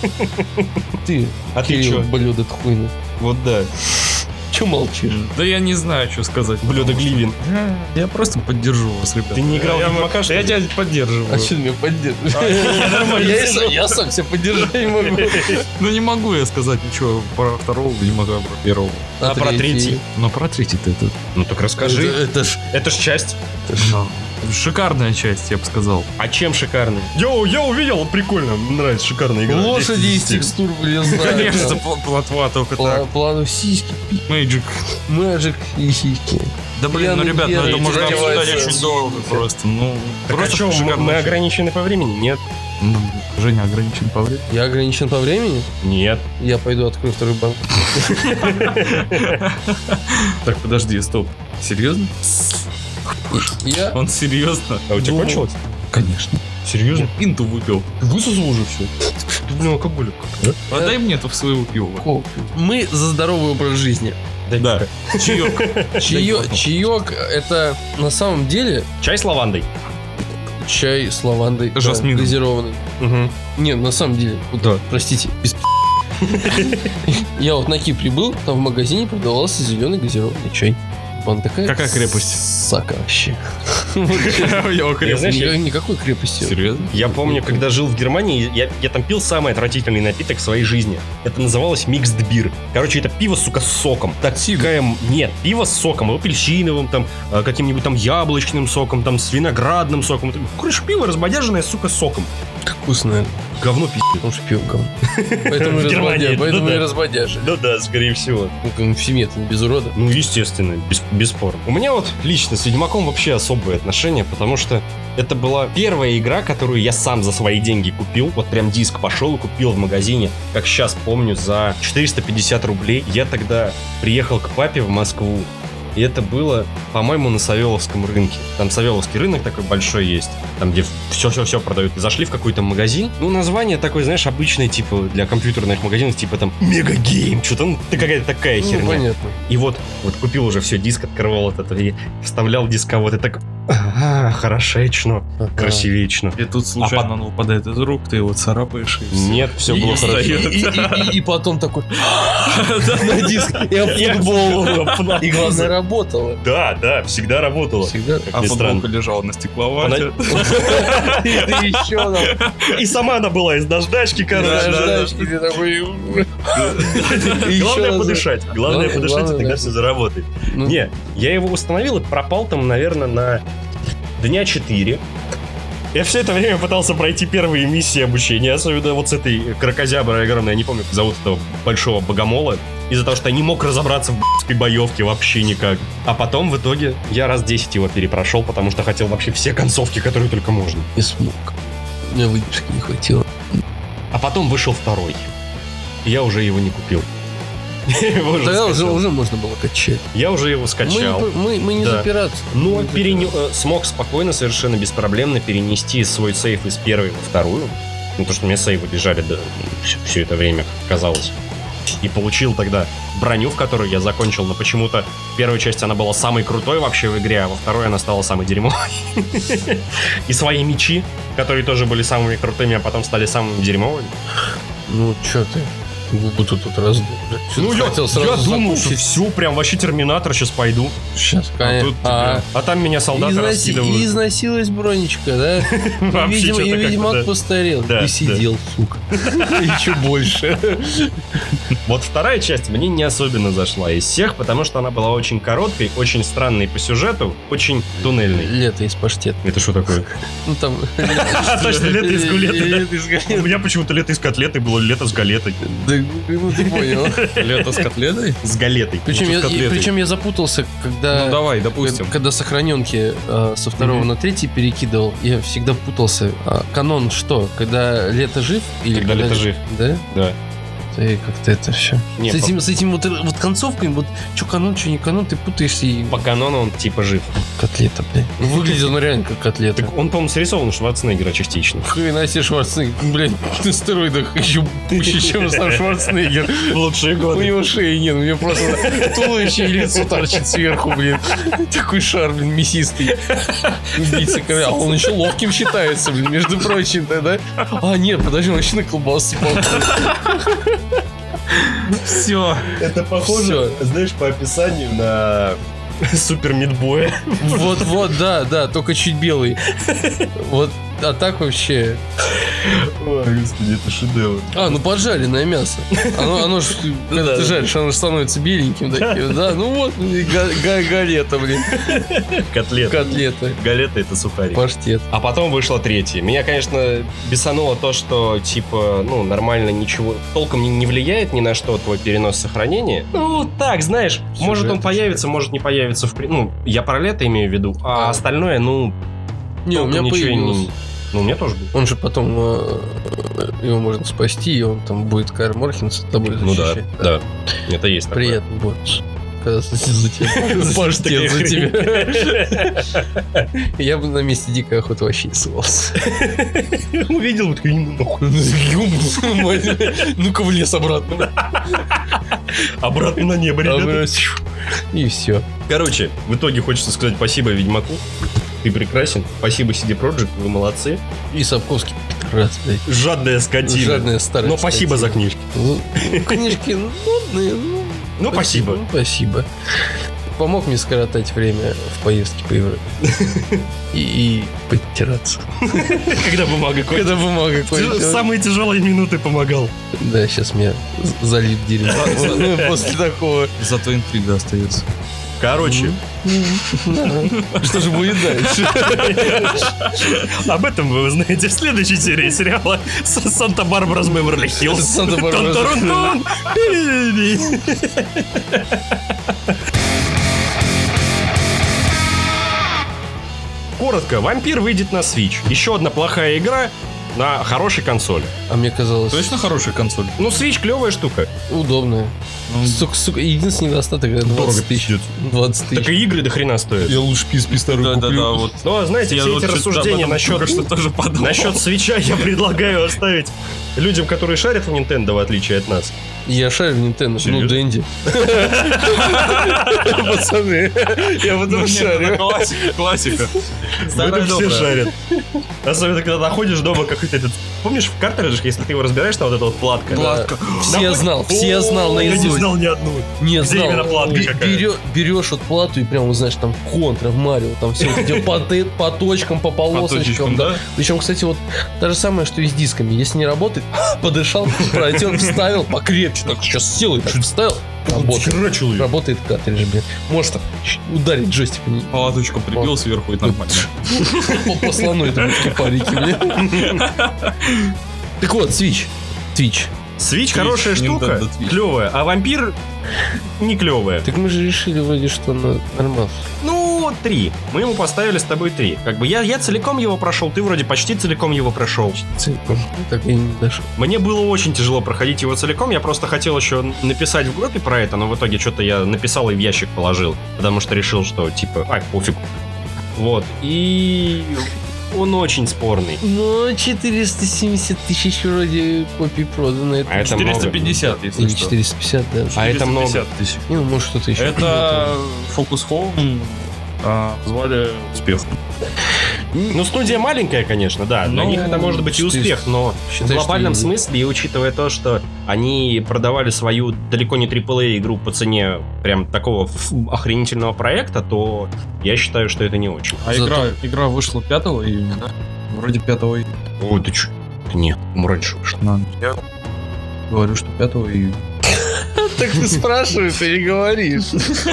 Ты, Кирилл, блюдет хуйны. Вот да. Че молчишь? Да я не знаю, что сказать. Блюдо Гливин. Я просто поддержу вас, ребята. Ты не играл в Ведьмака, что ли? Я тебя поддерживаю. А что ты меня поддерживаешь? Я сам себя поддержать не могу. Ну не могу я сказать ничего про второго Ведьмака, про первого. А про третий? Ну про третий-то это... Ну так расскажи. Это ж часть. Шикарная часть, я бы сказал. А чем шикарная? Я увидел, прикольно, мне нравится шикарная игра. Лошади из текстур вылезают. Конечно, плотва только так. Плану сиськи. Мэджик и сиськи. Да блин, ну ребят, это можно обсуждать очень долго просто. Ну, просто мы ограничены по времени? Нет. Женя ограничен по времени? Я ограничен по времени? Нет. Я пойду открою второй банк. Так, подожди, стоп. Серьезно? Я... Он серьезно? А у тебя Думал. кончилось? Конечно. Серьезно? Пинту выпил. Ты высосал уже все? Ты, блин, алкоголик какой, да? Отдай мне это в своего пива. Мы за здоровый образ жизни. Да. Чаек. Чаек это на самом деле Чай с лавандой. чай с лавандой. да, Жасмином. газированный. Угу. Нет, на самом деле, вот, Да. простите, без я вот на Кипре был, там в магазине продавался зеленый газированный чай. Он такая... Какая крепость? Сака вообще. Я, знаешь, Никакой крепости. Серьезно? Я помню, когда жил в Германии, я там пил самый отвратительный напиток в своей жизни. Это называлось mixed beer. Короче, это пиво, сука, с соком. Такая... Нет, пиво с соком. Апельсиновым, там, каким-нибудь там яблочным соком, там, с виноградным соком. Короче, пиво разбодяженное, сука, с соком. Как вкусное. Говно пиздец. Потому что пиво говно. Поэтому В Германии, и да. разбодяжили. Ну да, скорее всего. Ну, в семье-то не без урода. Ну, естественно, бесспорно. У меня вот лично с Ведьмаком вообще особые отношения, потому что это была первая игра, которую я сам за свои деньги купил. Вот прям диск пошел и купил в магазине, как сейчас помню, за 450 рублей. Я тогда приехал к папе в Москву, и это было, по-моему, на Савеловском рынке. Там Савеловский рынок такой большой есть, там, где все продают. И зашли в какой-то магазин. Ну, название такое, знаешь, обычное, типа, для компьютерных магазинов, типа там Мегагейм, что-то, ну, какая-то такая Ну, херня. понятно. И вот купил уже все, диск открывал вот это и вставлял дисковод, и так, хорошечно, красивечно. И тут случайно он выпадает из рук, ты его царапаешь и всё. Нет, все было хорошо. И потом такой на диск и об футбол. И главное, работало. Да, всегда работало. Всегда. А ни странно. футболка лежала на стекловате. Ты еще там И сама она была из наждачки, короче. наждачки, ты такой... Главное подышать. Главное подышать, и главное, тогда да. все заработает. Ну, Не, я его установил и пропал там, наверное, на дня 4. Я все это время пытался пройти первые миссии обучения, особенно вот с этой кракозяброй огромной, я не помню, как зовут этого большого богомола, из-за того, что я не мог разобраться в б***ской боевке вообще никак. А потом, в итоге, я раз 10 его перепрошел, потому что хотел вообще все концовки, которые только можно. не смог. У меня выдержки не хватило. А потом вышел второй. И я уже его не купил. Его уже Тогда скачал. уже можно было качать. Я уже его скачал. Мы не Да. за пиратство. Но Мы смог спокойно, совершенно беспроблемно перенести свой сейф из первой во вторую. Ну, то, что у меня сейвы лежали все это время, как казалось. И получил тогда броню, в которую я закончил, но почему-то в первой части она была самой крутой вообще в игре, а во второй она стала самой дерьмовой. И свои мечи, которые тоже были самыми крутыми, а потом стали самыми дерьмовыми. Ну, чё ты? Буду тут раздумывать. Ну, я думал, что все, прям вообще Терминатор сейчас пойду. Сейчас, А конечно. тут А там меня солдаты раскидывают. Износилась бронечка, да? Вообще Видимо, что-то и как-то, Ведьмак да. постарел. Да, И сидел, сука. Еще больше. Вот вторая часть мне не особенно зашла из всех, потому что она была очень короткой, очень странной по сюжету, очень туннельной. Лето из паштета. Это что такое? Ну, там... Точно, лето из гулеты, да? Лето из галеты. У меня почему-то лето из котлеты было лето с галетой. Да, ну, ты понял. Лето с котлетой? С галетой. Причем я запутался, когда... Ну давай, допустим. Когда сохраненки со второго на третий перекидывал, я всегда путался. Канон что? Когда Лето жив? Или Когда Лето жив. Да? Да. Ты как-то это все. Не, С этим вот концовками, вот что канон, что не канон, ты путаешься и... По канону он типа жив. Котлета, блядь. Выглядит он реально как котлета. Так он, по-моему, срисован у Шварценеггера частично. Хрена себе Шварценеггер, блядь, на стероидах еще пуще, чем сам Шварценеггер. В лучшие У годы. него шеи нет, у него просто туловище и лицо торчит сверху, блин. Такой шар, блин, мясистый. Убийца короля. А он еще ловким считается, блин, между прочим, да? А, нет, подожди, он еще на колбасу Все. Это похоже, знаешь, по описанию на Супер Мидбоя. Вот, да, только чуть белый. Вот, а так вообще... Ой, господи, это шедевр. Ну поджаренное мясо. Оно ж, когда Да, ты да. жаришь, оно же становится беленьким таким, да? Ну вот, галета, блин. Котлета, Галета — это сухарик. паштет. А потом вышло третье. Меня, конечно, бесануло то, что, типа, ну, нормально ничего толком не влияет ни на что твой перенос сохранения. Ну, так, знаешь, может он появится, может не появится. Ну, я про лето имею в виду, а остальное, ну, Не, у толком меня ничего появилось. Ну, у меня тоже был. Он же потом, его можно спасти, и он там будет Каэр Морхен с тобой Ну да, защищать. да. Это есть такое. Приятный бонус. отказаться за тебя. Паштет за тебя. Я бы на месте дикой охоты вообще не ссылался. Увидел, вот такой, ну-ка в лес обратно. обратно на небо, ребята. И все. Короче, в итоге хочется сказать спасибо Ведьмаку. Ты прекрасен. Спасибо CD Projekt, вы молодцы. И Сапковский пидорас, блядь. Жадная скотина. Жадная старая Но спасибо за скотина. книжки. Ну, книжки нудные, Ну, спасибо. Ну, спасибо. Помог мне скоротать время в поездке по Европе. И подтираться. Когда бумага Когда бумага кончилась. Самые тяжелые минуты помогал. Да, сейчас меня залит дерьмо. После такого. Зато интрига остается. Короче, Что же будет дальше? об этом вы узнаете в следующей серии сериала «Санта-Барбара с Беверли-Хиллз». Санта-Барбара. Тун-турун-тун. Коротко, «Вампир» выйдет на Switch. Еще одна плохая игра на хорошей консоли. А мне казалось, Точно хорошая консоль? Ну, Switch клевая штука. удобная. Сука, единственный недостаток это 20 тысяч. 20 Так тысяч. и игры до хрена стоят. лучше PSP старую Да, вот. Но, знаете, Я все вот эти что-то рассуждения об этом только что тоже подумал. насчет Switch'а я предлагаю оставить людям, которые шарят в Nintendo, в отличие от нас. Я шарю в Nintendo, ну Серьезно? Дэнди. Пацаны, я в этом шарю. Классика. В Старая этом все добрая. шарят. Особенно, когда находишь дома какой-то этот... Помнишь, в картриджах, если ты его разбираешь, там вот эта вот платка? Платка. Все знал Я не наизусть. знал ни одну. Не Где знал. именно платка какая? Берешь вот плату и прям, вот, знаешь, там контра в Марио, там все эти по точкам, по полосочкам. да? Причем, кстати, вот та же самое, что и с дисками. Если не работает, подышал, протер, вставил, покрепче, так сейчас силой так вставил, работает. Херачил ее. Работает картридж, блин. Может ударить джойстиком Палаточку прибил сверху и нормально. по слону это парики, блин. Так вот, Switch. Switch хорошая штука, Nintendo Switch. клевая, а вампир не клевая. Так мы же решили вроде, что нормально. Ну, 3. Мы ему поставили с тобой 3. Как бы я целиком его прошел, ты вроде почти целиком его прошел. Целиком. Так я не дошел. Мне было очень тяжело проходить его целиком, я просто хотел еще написать в группе про это, но в итоге что-то я написал и в ящик положил, потому что решил, что типа, пофиг. Вот, и он очень спорный. Ну, 470 тысяч вроде копий продано. Это А это много. 450, если или что. 450 даже. А это много. 450 тысяч. Не, ну, может, что-то еще. Это Focus Home звали успех. Ну, студия маленькая, конечно, да. Для Ну, них это может быть и успех, но считай, в глобальном что и- смысле, и учитывая то, что они продавали свою далеко не AAA игру по цене прям такого охренительного проекта, то я считаю, что это не очень. А Зато- игра вышла 5 июня, да? Вроде 5 июня. Ой, ты чё? Нет, раньше вышло. Я говорю, что 5 июня. Так ты спрашиваешь, ты не говоришь.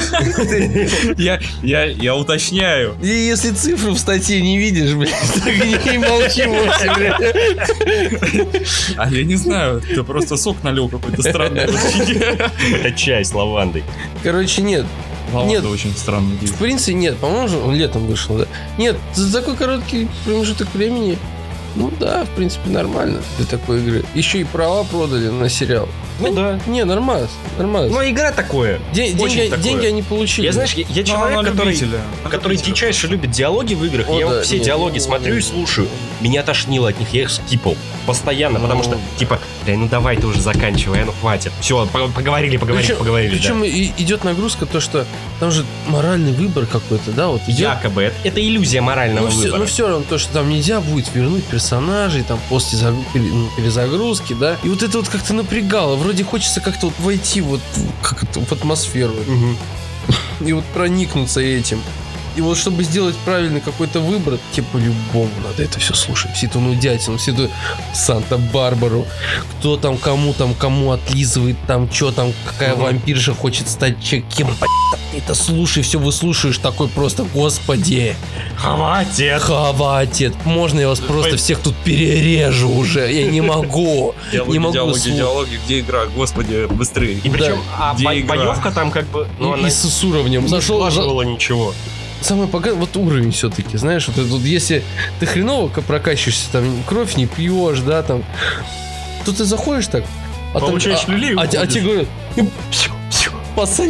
Я уточняю. И если цифру в статье не видишь, блядь, так не молчи вовсе, блядь. А я не знаю, ты просто сок налил какой-то странный. Это чай с лавандой. Короче, нет. Лаванда Нет. очень странный В вид. принципе, нет. По-моему, же он летом вышел, да? Нет, за такой короткий промежуток времени, ну да, в принципе, нормально для такой игры. Еще и права продали на сериал. Ну да. Не, нормально. Но игра такое. очень такое. Деньги они получили. Я, знаешь, я человек, который дичайше любит диалоги в играх. О, Я да, вот все нет, диалоги нет, смотрю и нет. слушаю. Меня тошнило от них, я их скипал. Постоянно, потому что, типа, ну давай ты уже заканчивай, ну хватит. Все, поговорили. Причем идет нагрузка, то, что там же моральный выбор какой-то, да, вот да. идет. Якобы, это иллюзия морального выбора. Ну все равно то, что там нельзя будет вернуть персонажей там после перезагрузки, да. И вот это вот как-то напрягало. Вроде хочется как-то вот войти вот как это, в атмосферу Мгм. и вот проникнуться этим. И вот чтобы сделать правильный какой-то выбор, тебе по-любому надо это все слушать. Все эту нудятину, всю эту Санта-Барбару. Кто там, кому отлизывает, там, что там, какая вампирша хочет стать кем. Ты это слушай, все выслушаешь такой просто, господи. Хватит. Можно я вас просто всех тут перережу уже? Я не могу. Не могу слушать. диалоги, где игра, господи, быстрее. И причем, Где игра? боевка там как бы, ну, она И с уровнем. не Зашел, сглаживала ничего. самое поганое, вот уровень все-таки, знаешь, вот это вот, если ты хреново прокачиваешься, там, кровь не пьешь, да, там, то ты заходишь так, а Получаешь там, люлей и а уходишь. тебе говорят, пацанчик,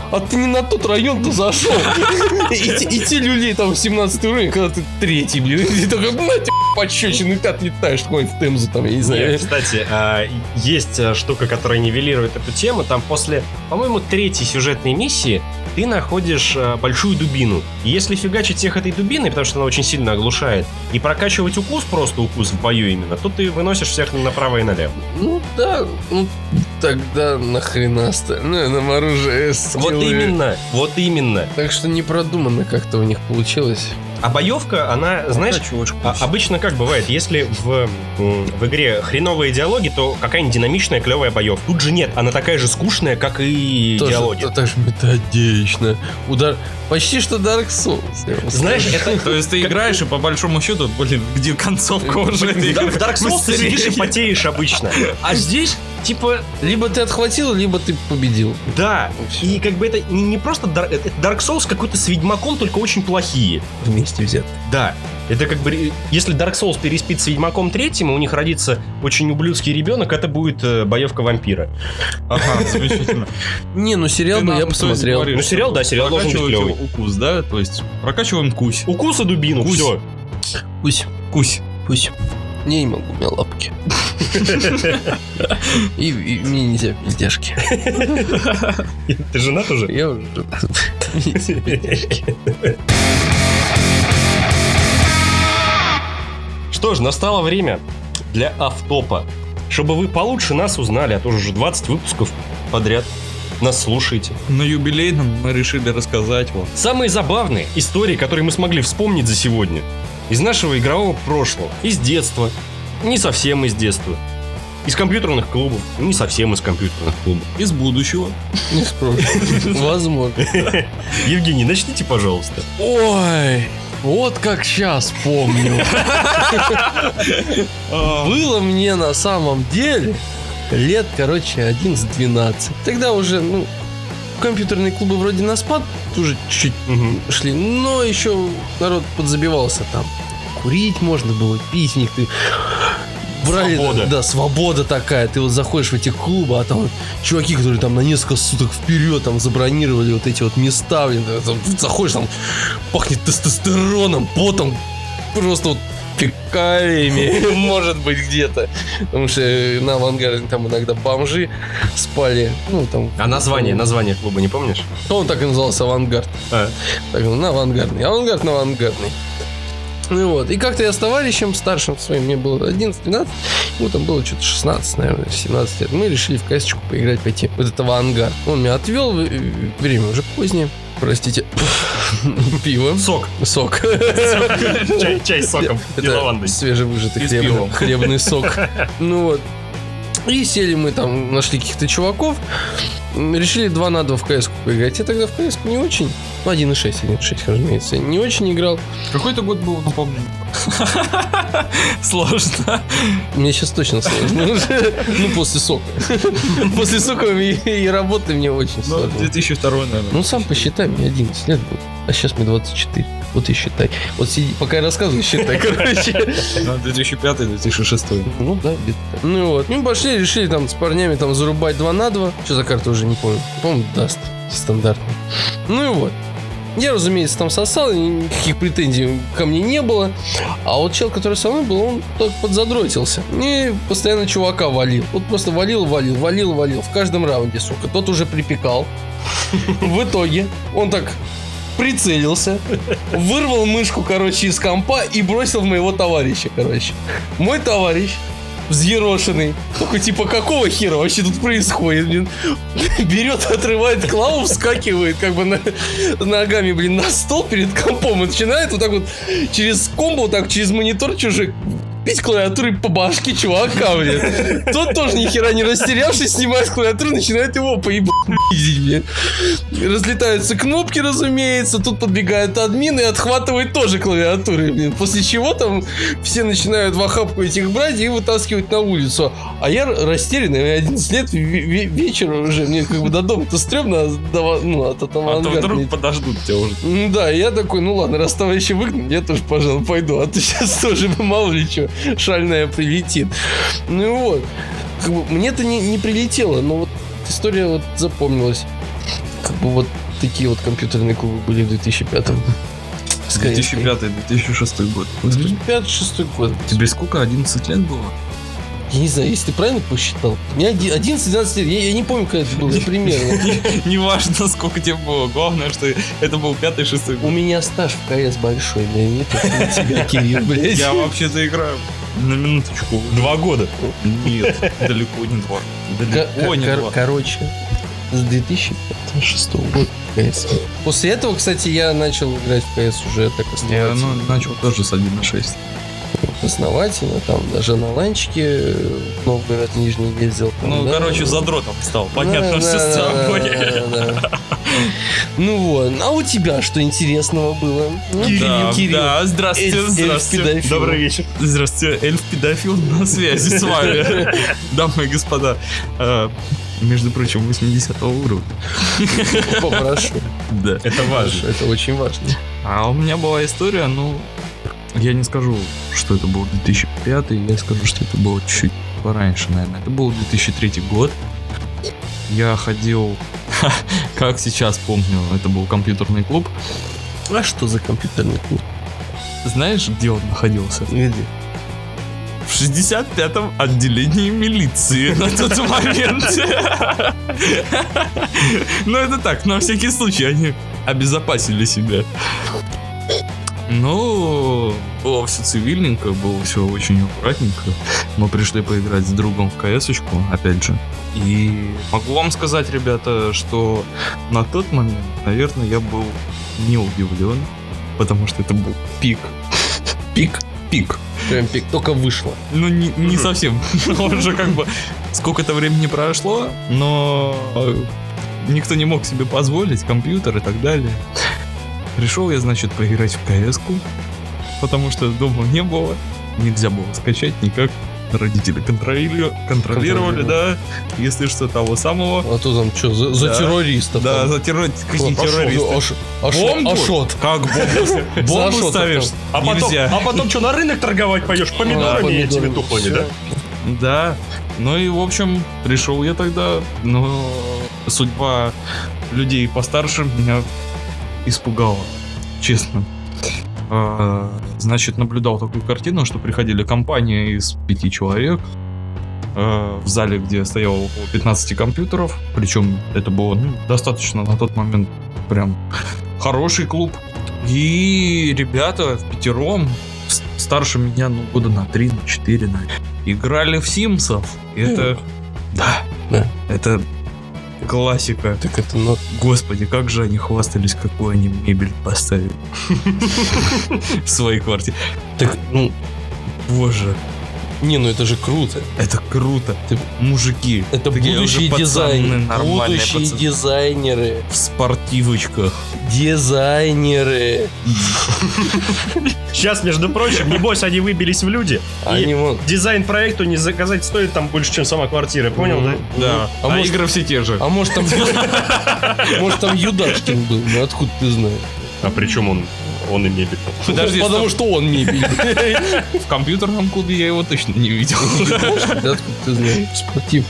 а ты не на тот район-то зашел. И те люлей там 17 уровень, когда ты 3-й, блин. И ты такой, блядь, пощечины, ты отлетаешь какой-нибудь в Темзу, там, я не знаю. Нет, кстати, есть штука, которая нивелирует эту тему. Там после, по-моему, 3-й сюжетной миссии ты находишь большую дубину. И если фигачить всех этой дубиной, потому что она очень сильно оглушает, и прокачивать укус в бою именно, то ты выносишь всех направо и налево. Ну да, ну тогда нахрена остальное нам оружие скиллы. Вот именно. Так что не продуманно как-то у них получилось. А боевка, она, знаешь, обычно как бывает, если в игре хреновые диалоги, то какая-нибудь динамичная, клевая боевка. Тут же нет, она такая же скучная, как и диалоги. Это же методично. Удар. Почти что Dark Souls. Знаешь, это... То есть ты играешь, и по большому счету, блин, где концовка уже? В Dark Souls ты сидишь и потеешь обычно. А здесь, типа... Либо ты отхватил, либо ты победил. Да. И как бы это не просто Dark Souls какой-то с Ведьмаком, только очень плохие. Вместе взят. Да. Это как бы... Если Dark Souls переспит с Ведьмаком 3-м, и у них родится очень ублюдский ребенок, это будет боевка вампира. Ага, замечательно. Не, ну сериал бы я посмотрел. Ну сериал, да, сериал должен быть клевый. Укус, да? То есть прокачиваем кусь. Укус и дубину, все. Пусть. Кусь. Не могу, у меня лапки. И мне нельзя пиздяшки. Ты женат уже? Я уже женат. Что ж, настало время для автопа. Чтобы вы получше нас узнали, а то уже 20 выпусков подряд нас слушаете. На юбилейном мы решили рассказать вам Самые забавные истории, которые мы смогли вспомнить за сегодня. Из нашего игрового прошлого. Из детства. Не совсем из детства. Из компьютерных клубов. Не совсем из компьютерных клубов. из будущего. Возможно. Евгений, начните, пожалуйста. Ой, вот как сейчас помню. Было мне на самом деле лет, 11-12. Тогда уже, компьютерные клубы вроде на спад уже чуть-чуть шли, но еще народ подзабивался там. Курить можно было, пить в них. Брали, свобода. Да, свобода такая. Ты вот заходишь в эти клубы, а там вот чуваки, которые там на несколько суток вперед там забронировали вот эти вот места, блин, там, заходишь, там пахнет тестостероном, потом, просто вот фекалиями, может быть, где-то. Потому что на Авангарде там иногда бомжи спали. Там. А название клуба не помнишь? Он так и назывался Авангард. Так, на Авангардный. Авангард на Авангардный. И как-то я с товарищем старшим своим, мне было 11-12, ему там было что-то 16, наверное, 17 лет. Мы решили в касочку поиграть, пойти. Вот это Авангард. Он меня отвел, время уже позднее. Простите. Пиво. Сок. Чай с соком. Это свежевыжатый хлебный сок. И сели мы там, нашли каких-то чуваков. Решили 2 на 2 в КС-ку поиграть. Я тогда в КС-ку не очень. 1.6, разумеется. Не очень играл. Какой-то год был, напомню. Сложно. Мне сейчас точно сложно. После сока. После сока и работы мне очень сложно. 2002, наверное. Сам посчитай, мне 11 лет было. А сейчас мне 24. Вот и считай. Вот сиди, пока я рассказываю, считай, короче. 2005-2006. Да, где-то. Мы пошли, решили там с парнями там зарубать 2 на 2. Что за карта, уже не помню. По-моему, Даст. Стандартный. Я, разумеется, там сосал, никаких претензий ко мне не было. А вот чел, который со мной был, он только подзадротился. И постоянно чувака валил. Вот просто валил. В каждом раунде, сука. Тот уже припекал. В итоге он так прицелился, вырвал мышку, из компа и бросил в моего товарища, Мой товарищ, взъерошенный, такой, какого хера вообще тут происходит, берет, отрывает клаву, вскакивает, ногами, на стол перед компом и начинает вот так вот через комбо, через монитор чужой бить клавиатурой по башке чувака, Тот тоже ни хера не растерявшись, снимает клавиатуру, начинает его поебать, Разлетаются кнопки, разумеется, тут подбегает админ и отхватывает тоже клавиатуры, После чего там все начинают в охапку этих брать и вытаскивать на улицу. А я растерянный, 11 лет, вечер уже, мне до дома-то стрёмно, от этого Авангарда. А то вдруг подождут тебя уже. Да, я такой, ладно, раз товарища выгнали, я тоже, пожалуй, пойду, а то сейчас тоже, мало ли что, шальная прилетит. Мне-то не прилетело, но история запомнилась. как бы вот такие вот компьютерные клубы были в 2005-м. 2005-2006 год. 2005-2006 год. Тебе сколько? 11 лет было? Я не знаю, если ты правильно посчитал. У меня 11-12 лет. Я не помню, когда это было примерно. Неважно, сколько тебе было. Главное, что это был 5-6 У год. меня стаж в КС большой, блядь, не только у тебя, Кирилл, блядь. Я вообще-то играю. На минуточку. 2 года. Нет, далеко не 2. Далеко не 2. Короче, с 2006 года КС. После этого, кстати, я начал играть в КС уже так Я основательно. начал тоже с 1.6. Основательно, там даже на ланчике в Новгород Нижний ездил. Там, Ну, да. короче, задротом стал. Понятно, все с тобой. Да. Ну вот, а у тебя что интересного было? Ну, Кирилл. Да, здравствуйте, Эльф здравствуйте. педофил. Добрый вечер. Здравствуйте, эльф-педофил на связи с вами. Дамы и господа, между прочим, 80 уровня. Попрошу. Да. Это важно. Это очень важно. А у меня была история, ну, я не скажу, что это был 2005, я скажу, что это было чуть пораньше, наверное. Это был 2003 год. Я ходил, как сейчас помню, это был компьютерный клуб. А что за компьютерный клуб? Знаешь, где он находился? Где? В 65-м отделении милиции на тот момент. Ну, это так, на всякий случай, они обезопасили себя. Ну, было все цивильненько, было все очень аккуратненько. Мы пришли поиграть с другом в КС-очку, опять же. И могу вам сказать, ребята, что на тот момент, наверное, я был не удивлен, потому что это был пик. Пик. Прям пик, только вышло. Ну, не совсем. Уже как бы сколько-то времени прошло, но никто не мог себе позволить компьютер и так далее. Пришел я, значит, поиграть в КС-ку, потому что дома не было, нельзя было скачать никак. Родители контролировали, да, если что, того самого. А то там что, за Да. террористов? Да, там? за какие террористы? Бомбу? Ашот. Как бомбу? Бомбу Ашотов ставишь? А Нельзя. потом что, на рынок торговать пойдешь? Помидорами и этими тухлыми, да? Да. Ну и, в общем, пришел я тогда, но судьба людей постарше меня испугала, честно. Значит, наблюдал такую картину, что приходили компании из 5 человек в зале, где стояло около 15 компьютеров. Причем это было достаточно на тот момент прям хороший клуб. И ребята впятером, старше меня, года на 3, на 4, играли в Симсов. И это... Да. Это классика. Так это, ну... Господи, как же они хвастались, какую они мебель поставили в своей квартире. Так, ну... Боже, Не, ну это же круто. это круто. Мужики. Это такие будущие уже пацаны, дизайнеры. нормальные Будущие пацаны. дизайнеры. В спортивочках. Дизайнеры. Сейчас, между прочим, небось, они выбились в люди. Они И вот... дизайн проекту не заказать стоит там больше, чем сама квартира, понял, да? Да. А А может- игры все те же. А может там... Может там Юдашкин был? Ну откуда ты знаешь? А причем он и мебель. Подожди, Потому стоп. что он мебель. В компьютерном клубе я его точно не видел. Да откуда ты знаешь? Спортив.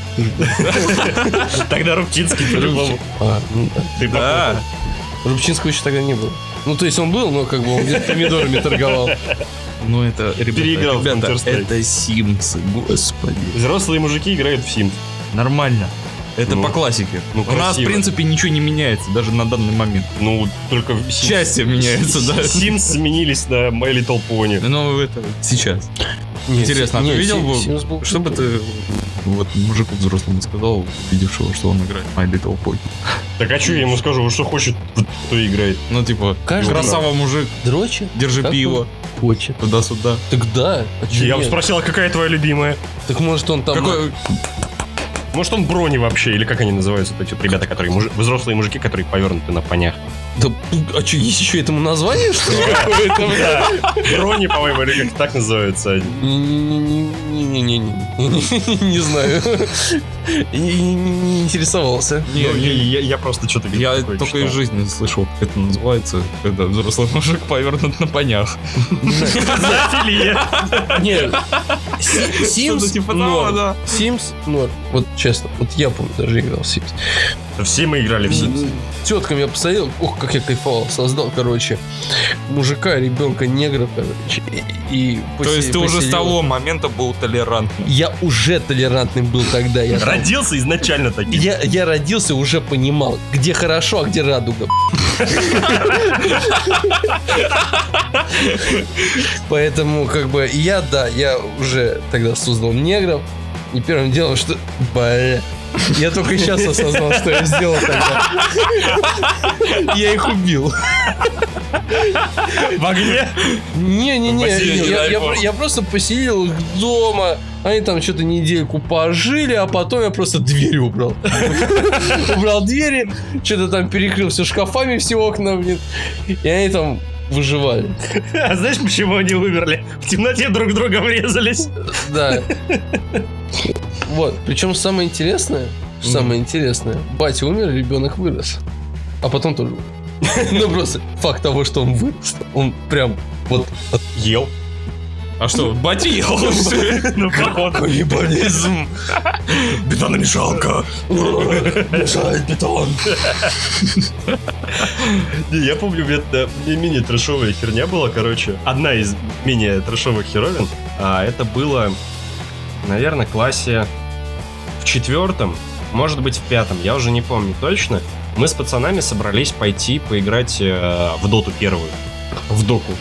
Тогда Рубчинский по-любому. А, ну да. Ты Да. Рубчинского еще тогда не было. Ну, то есть он был, но как бы он где-то помидорами торговал. Ну это, Переиграл в ребята, Counter-Strike. это Симсы, господи. Взрослые мужики играют в Sims. Нормально. Это Ну, по классике. ну, У нас, в красиво. принципе, ничего не меняется, даже на данный момент. Ну, только в Счастье меняется, да. Sims сменились на My Little Pony. Ну, это сейчас. Нет, Интересно, а ты нет, видел бы, Sims был что бы крутой. ты вот мужику взрослому сказал, видевшего, что он играет в My Little Pony? Так а что я ему скажу? Вот что хочет, то играет. Ну, типа, Каждый- красава мужик, Дрочит? держи Как пиво, Хочет. туда-сюда. Так да. А чё Я бы нет? спросил, а какая твоя любимая? Так может он там... Какой... Может он брони вообще, или как они называются, эти вот ребята, которые взрослые мужики, которые повернуты на понях. Да, а что, есть еще этому название, что ли, какое-то? Да, брони, по-моему, или как так называются. Не знаю. Не интересовался. Не, Ну, не, я просто что-то я такое только читал. из жизни слышал, как это называется, когда взрослый мужик повернут на понях. Зоофилия. Нет. Что-то Sims типа того, норм. да. Sims норм. Вот честно, вот я помню, даже играл в Sims. Все мы играли в Sims. Теткам я посмотрел, ох, как я кайфовал. Создал, короче, мужика, ребенка, негра, короче. И То есть ты уже с того момента был толерантным. Я уже толерантным был тогда. Я Родился изначально таким. Я родился, уже понимал, где хорошо, а где радуга. Поэтому, как бы, я уже тогда создал негров. И первым делом, что... Я только сейчас осознал, что я сделал тогда. Я их убил. В огне? Не-не-не, я просто поселил их дома. Они там что-то недельку пожили, а потом я просто двери убрал. Убрал двери, что-то там перекрыл все шкафами, все окна, блин. И они там выживали. А знаешь, почему они умерли? В темноте друг в друга врезались. Да. Вот, причем самое интересное, батя умер, ребенок вырос. А потом тоже умер. Ну просто факт того, что он вырос. Он прям вот ел. А что, батя ел? Ну, походу. Каннибализм. Бетономешалка. Мешает бетон. Я помню, это менее трэшовая херня была, короче. Одна из менее трэшовых херовин. Это было, наверное, в классе в 4, может быть, в 5, я уже не помню точно. Мы с пацанами собрались пойти поиграть в доту первую. В доту.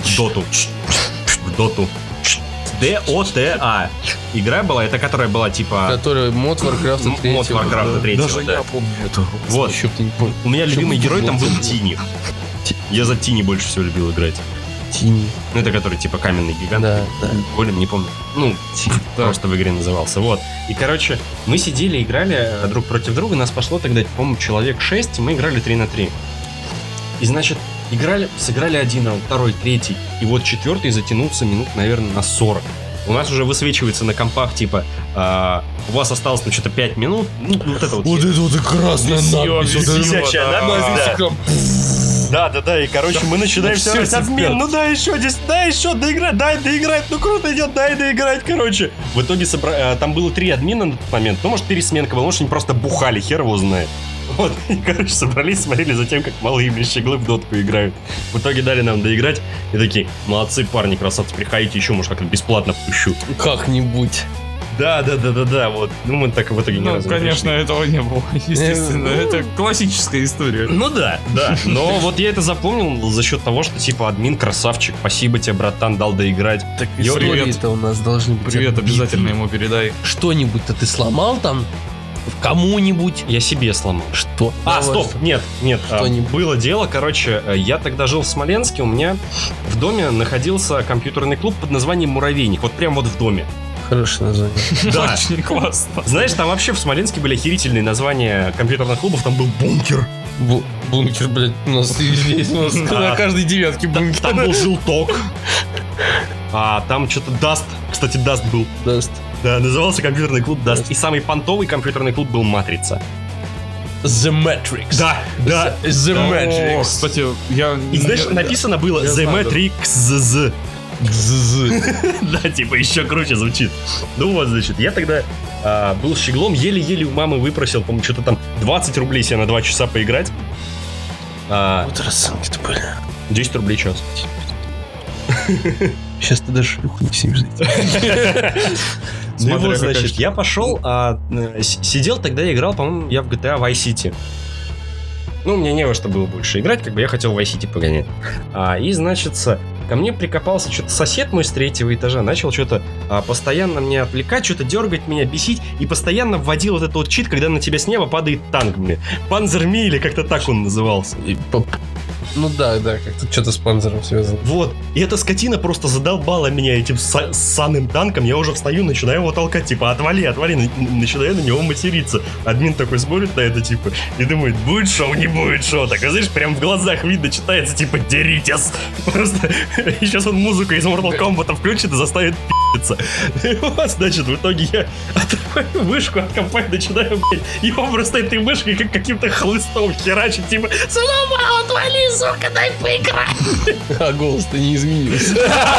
D-O-T-A. Игра была, это которая была типа... Которая мод Warcraft 3. Мод Warcraft 3. Даже я помню эту. Вот. Еще ты не понял. У меня любимый герой там был Тини. Я за Тини больше всего любил играть. Тини. Ну, это который типа каменный гигант. Да. Более не помню. Ну, просто в игре назывался. Вот. И, короче, мы сидели, играли друг против друга. Нас пошло тогда, по-моему, человек 6. Мы играли 3 на 3. И, значит, сыграли 1 раунд, 2, 3. И вот 4 затянулся минут, наверное, на 40. У нас уже высвечивается на компах, типа, у вас осталось, ну, что-то 5 минут. Ну, вот это вот. Вот это вот и красная надпись. Висячая надпись, да, и, короче, мы начинаем все раз обмен. Ну, дай еще здесь, доиграть. Ну, круто идет, дай доиграть, короче. В итоге там было 3 админа на тот момент. Ну, может, пересменка была, может, они просто бухали, хер его знает. Вот, и, короче, собрались, смотрели за тем, как малые щеглы в дотку играют. В итоге дали нам доиграть. И такие, молодцы, парни, красавцы, приходите еще, может, как-то бесплатно пущу. Как-нибудь. Да, вот. Ну, мы так в итоге не Ну, конечно, этого не было, естественно. Это классическая история. Ну да. Но вот я это запомнил за счет того, что, типа, админ красавчик. Спасибо тебе, братан, дал доиграть. Так истории-то у нас должны быть. Привет, обязательно ему передай. Что-нибудь-то ты сломал там? Кому-нибудь? Я себе сломал. Что? Стоп, нет. Что-нибудь. Было дело, короче, я тогда жил в Смоленске, у меня в доме находился компьютерный клуб под названием «Муравейник». Вот прям вот в доме. Хорошее название. Да. Очень классно. Знаешь, там вообще в Смоленске были охерительные названия компьютерных клубов, там был «Бункер». Бункер, блядь, у нас есть. У нас на каждой 9 бункер. Там был «Желток». Там что-то «Даст». Кстати, «Даст» был. Даст. Да, назывался компьютерный клуб «Даст». И самый понтовый компьютерный клуб был «Матрица». The Matrix. Да. The Matrix. Кстати, я... И знаешь, написано было я The знаю, Matrix. Да, типа еще круче звучит. Ну вот, значит, я тогда был щеглом, еле-еле у мамы выпросил, по-моему, что-то там 20 рублей себе на 2 часа поиграть. Вот расценки-то были. 10 рублей час. Сейчас ты даже шлюху не снимешь. Ну и вот, значит, я пошел, сидел тогда и играл, по-моему, я в GTA Vice City. Ну, мне не во что было больше играть, как бы я хотел в Vice City погонять. И, значит, ко мне прикопался что-то сосед мой с 3-го этажа, начал что-то постоянно меня отвлекать, что-то дергать меня, бесить, и постоянно вводил вот этот вот чит, когда на тебя с неба падает танк, блин. Панзерми или как-то так он назывался. Ну да, как-то что-то с Панзером связано. Вот, и эта скотина просто задолбала меня этим ссаным танком, я уже встаю, начинаю его толкать, типа, отвали, начинаю на него материться. Админ такой смотрит на это, типа, и думает, будет шоу, не будет шоу. Так, а знаешь, прям в глазах видно, читается, типа, деритесь. Просто, и сейчас он музыку из Mortal Kombat включит и заставит ебется. И вот, значит, в итоге я отрываю вышку от компа и начинаю, блядь, его просто этой мышкой как каким-то хлыстом херачить, типа, сломал, отвали, сука, дай поиграть. А голос-то не изменился.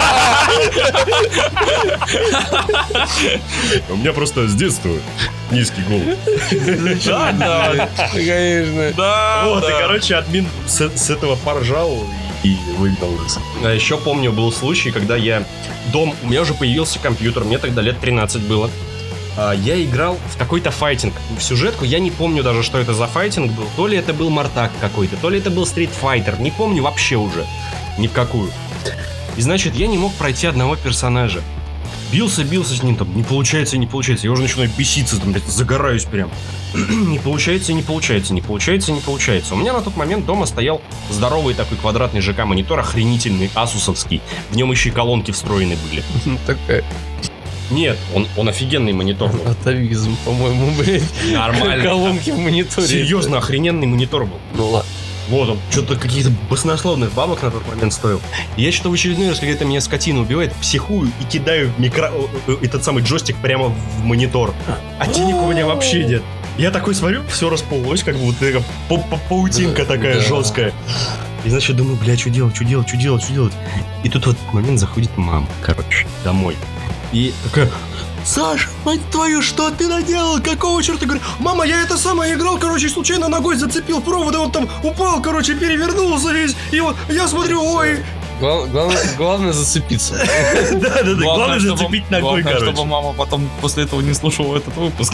У меня просто с детства низкий голос. Да, Конечно. да. Вот, и, короче, админ с этого поржал и выгнал нас. А еще помню, был случай, когда у меня уже появился компьютер, мне тогда лет 13 было. Я играл в какой-то файтинг. В сюжетку я не помню даже, что это за файтинг был. То ли это был Мортак какой-то, то ли это был Street Fighter. Не помню вообще уже. Ни в какую. И значит, я не мог пройти одного персонажа. Бился с ним, там, не получается. Я уже начинаю беситься, там, блядь, загораюсь прям. Не получается. У меня на тот момент дома стоял здоровый такой квадратный ЖК-монитор, охренительный, асусовский. В нем еще и колонки встроены были. Такая Нет, он офигенный монитор был. атовизм, по-моему, блядь. Нормально. Колонки в мониторе. Серьезно, охрененный монитор был. Ну ладно. Вот он, что-то каких-то баснословных бабок на тот момент стоил. И я что-то в очередной раз, когда меня скотина убивает, психую и кидаю этот самый джойстик прямо в монитор. А денег у меня вообще нет. Я такой смотрю, все расплылось, как будто такая паутинка такая жесткая. И значит думаю, бля, что делать? И тут в этот момент заходит мама, короче, домой. И такая: Саш, мать твою, что ты наделал? Какого черта? Говорю, мама, я это самое играл, короче, случайно ногой зацепил провод, и он там упал, короче, перевернулся весь. И вот я смотрю, ой. Главное зацепиться. Да, главное зацепить ногой, короче. Чтобы мама потом после этого не слушала этот выпуск.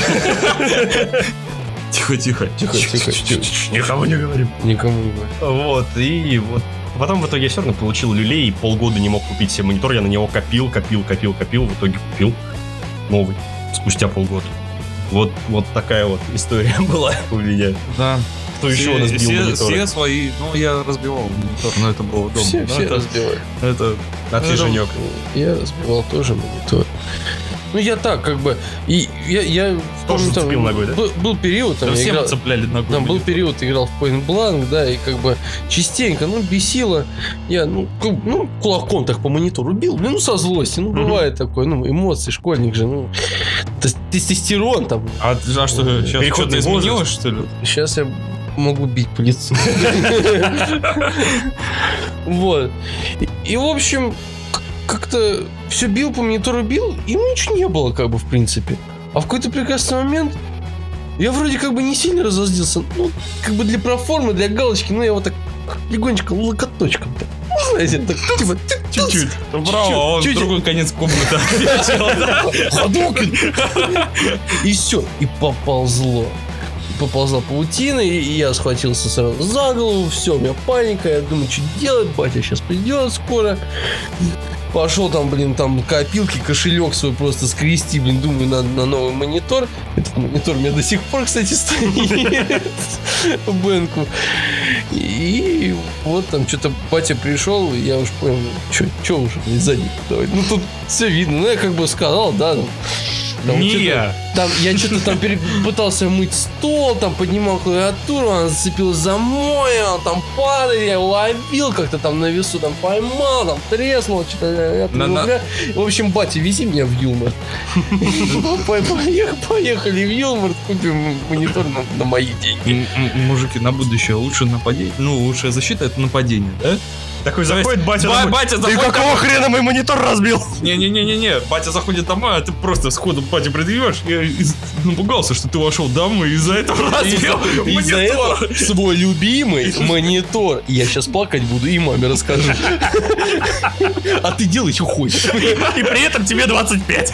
Тихо. Никому не говорим. Никому не говорю. Вот, и вот. Потом в итоге я все равно получил люлей, и полгода не мог купить себе монитор, я на него копил, в итоге купил новый, спустя полгода. Вот такая вот история была у меня. Да. Кто еще у нас бил мониторы? Все свои, я разбивал монитор, но это было дома. Все это разбивали. А ты, Женек? Я разбивал тоже монитор. Ну, я так, как бы. И я тоже зацепил ногой, да? Был период, там, Да, я все играл, цепляли ногой. там был период, играл в Point Blank, да, и как бы частенько, бесило. Я, кулаком так по монитору бил, со злости, бывает такое, эмоции, школьник же, тестостерон там. А что, сейчас Переходный что-то изменилось, возраст. что ли? Сейчас я могу бить по лицу. Вот. И, в общем, как-то все бил по монитору, и ничего не было, как бы, в принципе. А в какой-то прекрасный момент я вроде как бы не сильно разозлился. Как бы для проформы, для галочки, я вот так легонечко локоточком так. Знаете, так, типа, Чуть-чуть. Браво, он в другой конец комнаты. Ходокин. И все, и поползла паутина, и я схватился сразу за голову, все, у меня паника, я думаю, что делать, батя сейчас придет скоро. Пошел там, там копилки, кошелек свой просто скрести, думаю, на новый монитор. Этот монитор у меня до сих пор, кстати, стоит в бэнку. И вот там что-то батя пришел, и я уж понял, что уже задник давать. Тут все видно, я как бы сказал, да, я что-то там пытался мыть стол, там поднимал клавиатуру, она зацепилась за мой, он там падает, я его ловил, как-то там на весу там поймал, там треснул, что-то. В общем, батя, вези меня в Юмор. Поехали в Юмор, купим монитор на мои деньги. Мужики, на будущее лучше нападение. Лучшая защита — это нападение, да? Такой заходит батя домой. Батя Ты заходит какого хрена мой монитор разбил? Не, батя заходит домой, а ты просто сходу батя предъявишь. Я напугался, что ты вошел домой, из-за этого разбил Из-за этого монитор. свой любимый монитор. Я сейчас плакать буду и маме расскажу. А ты делай, что хочешь. И при этом тебе 25.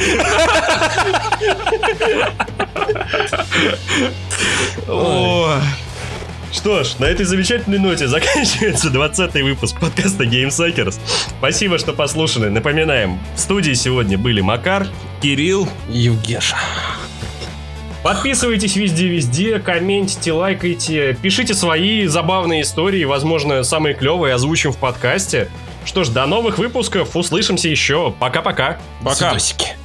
Что ж, на этой замечательной ноте заканчивается 20-й выпуск подкаста GameSuckers. Спасибо, что послушали. Напоминаем, в студии сегодня были Макар, Кирилл, Евгеша. Подписывайтесь везде, комментите, лайкайте, пишите свои забавные истории, возможно, самые клевые озвучим в подкасте. Что ж, до новых выпусков, услышимся еще. Пока-пока. пока. Цветосики.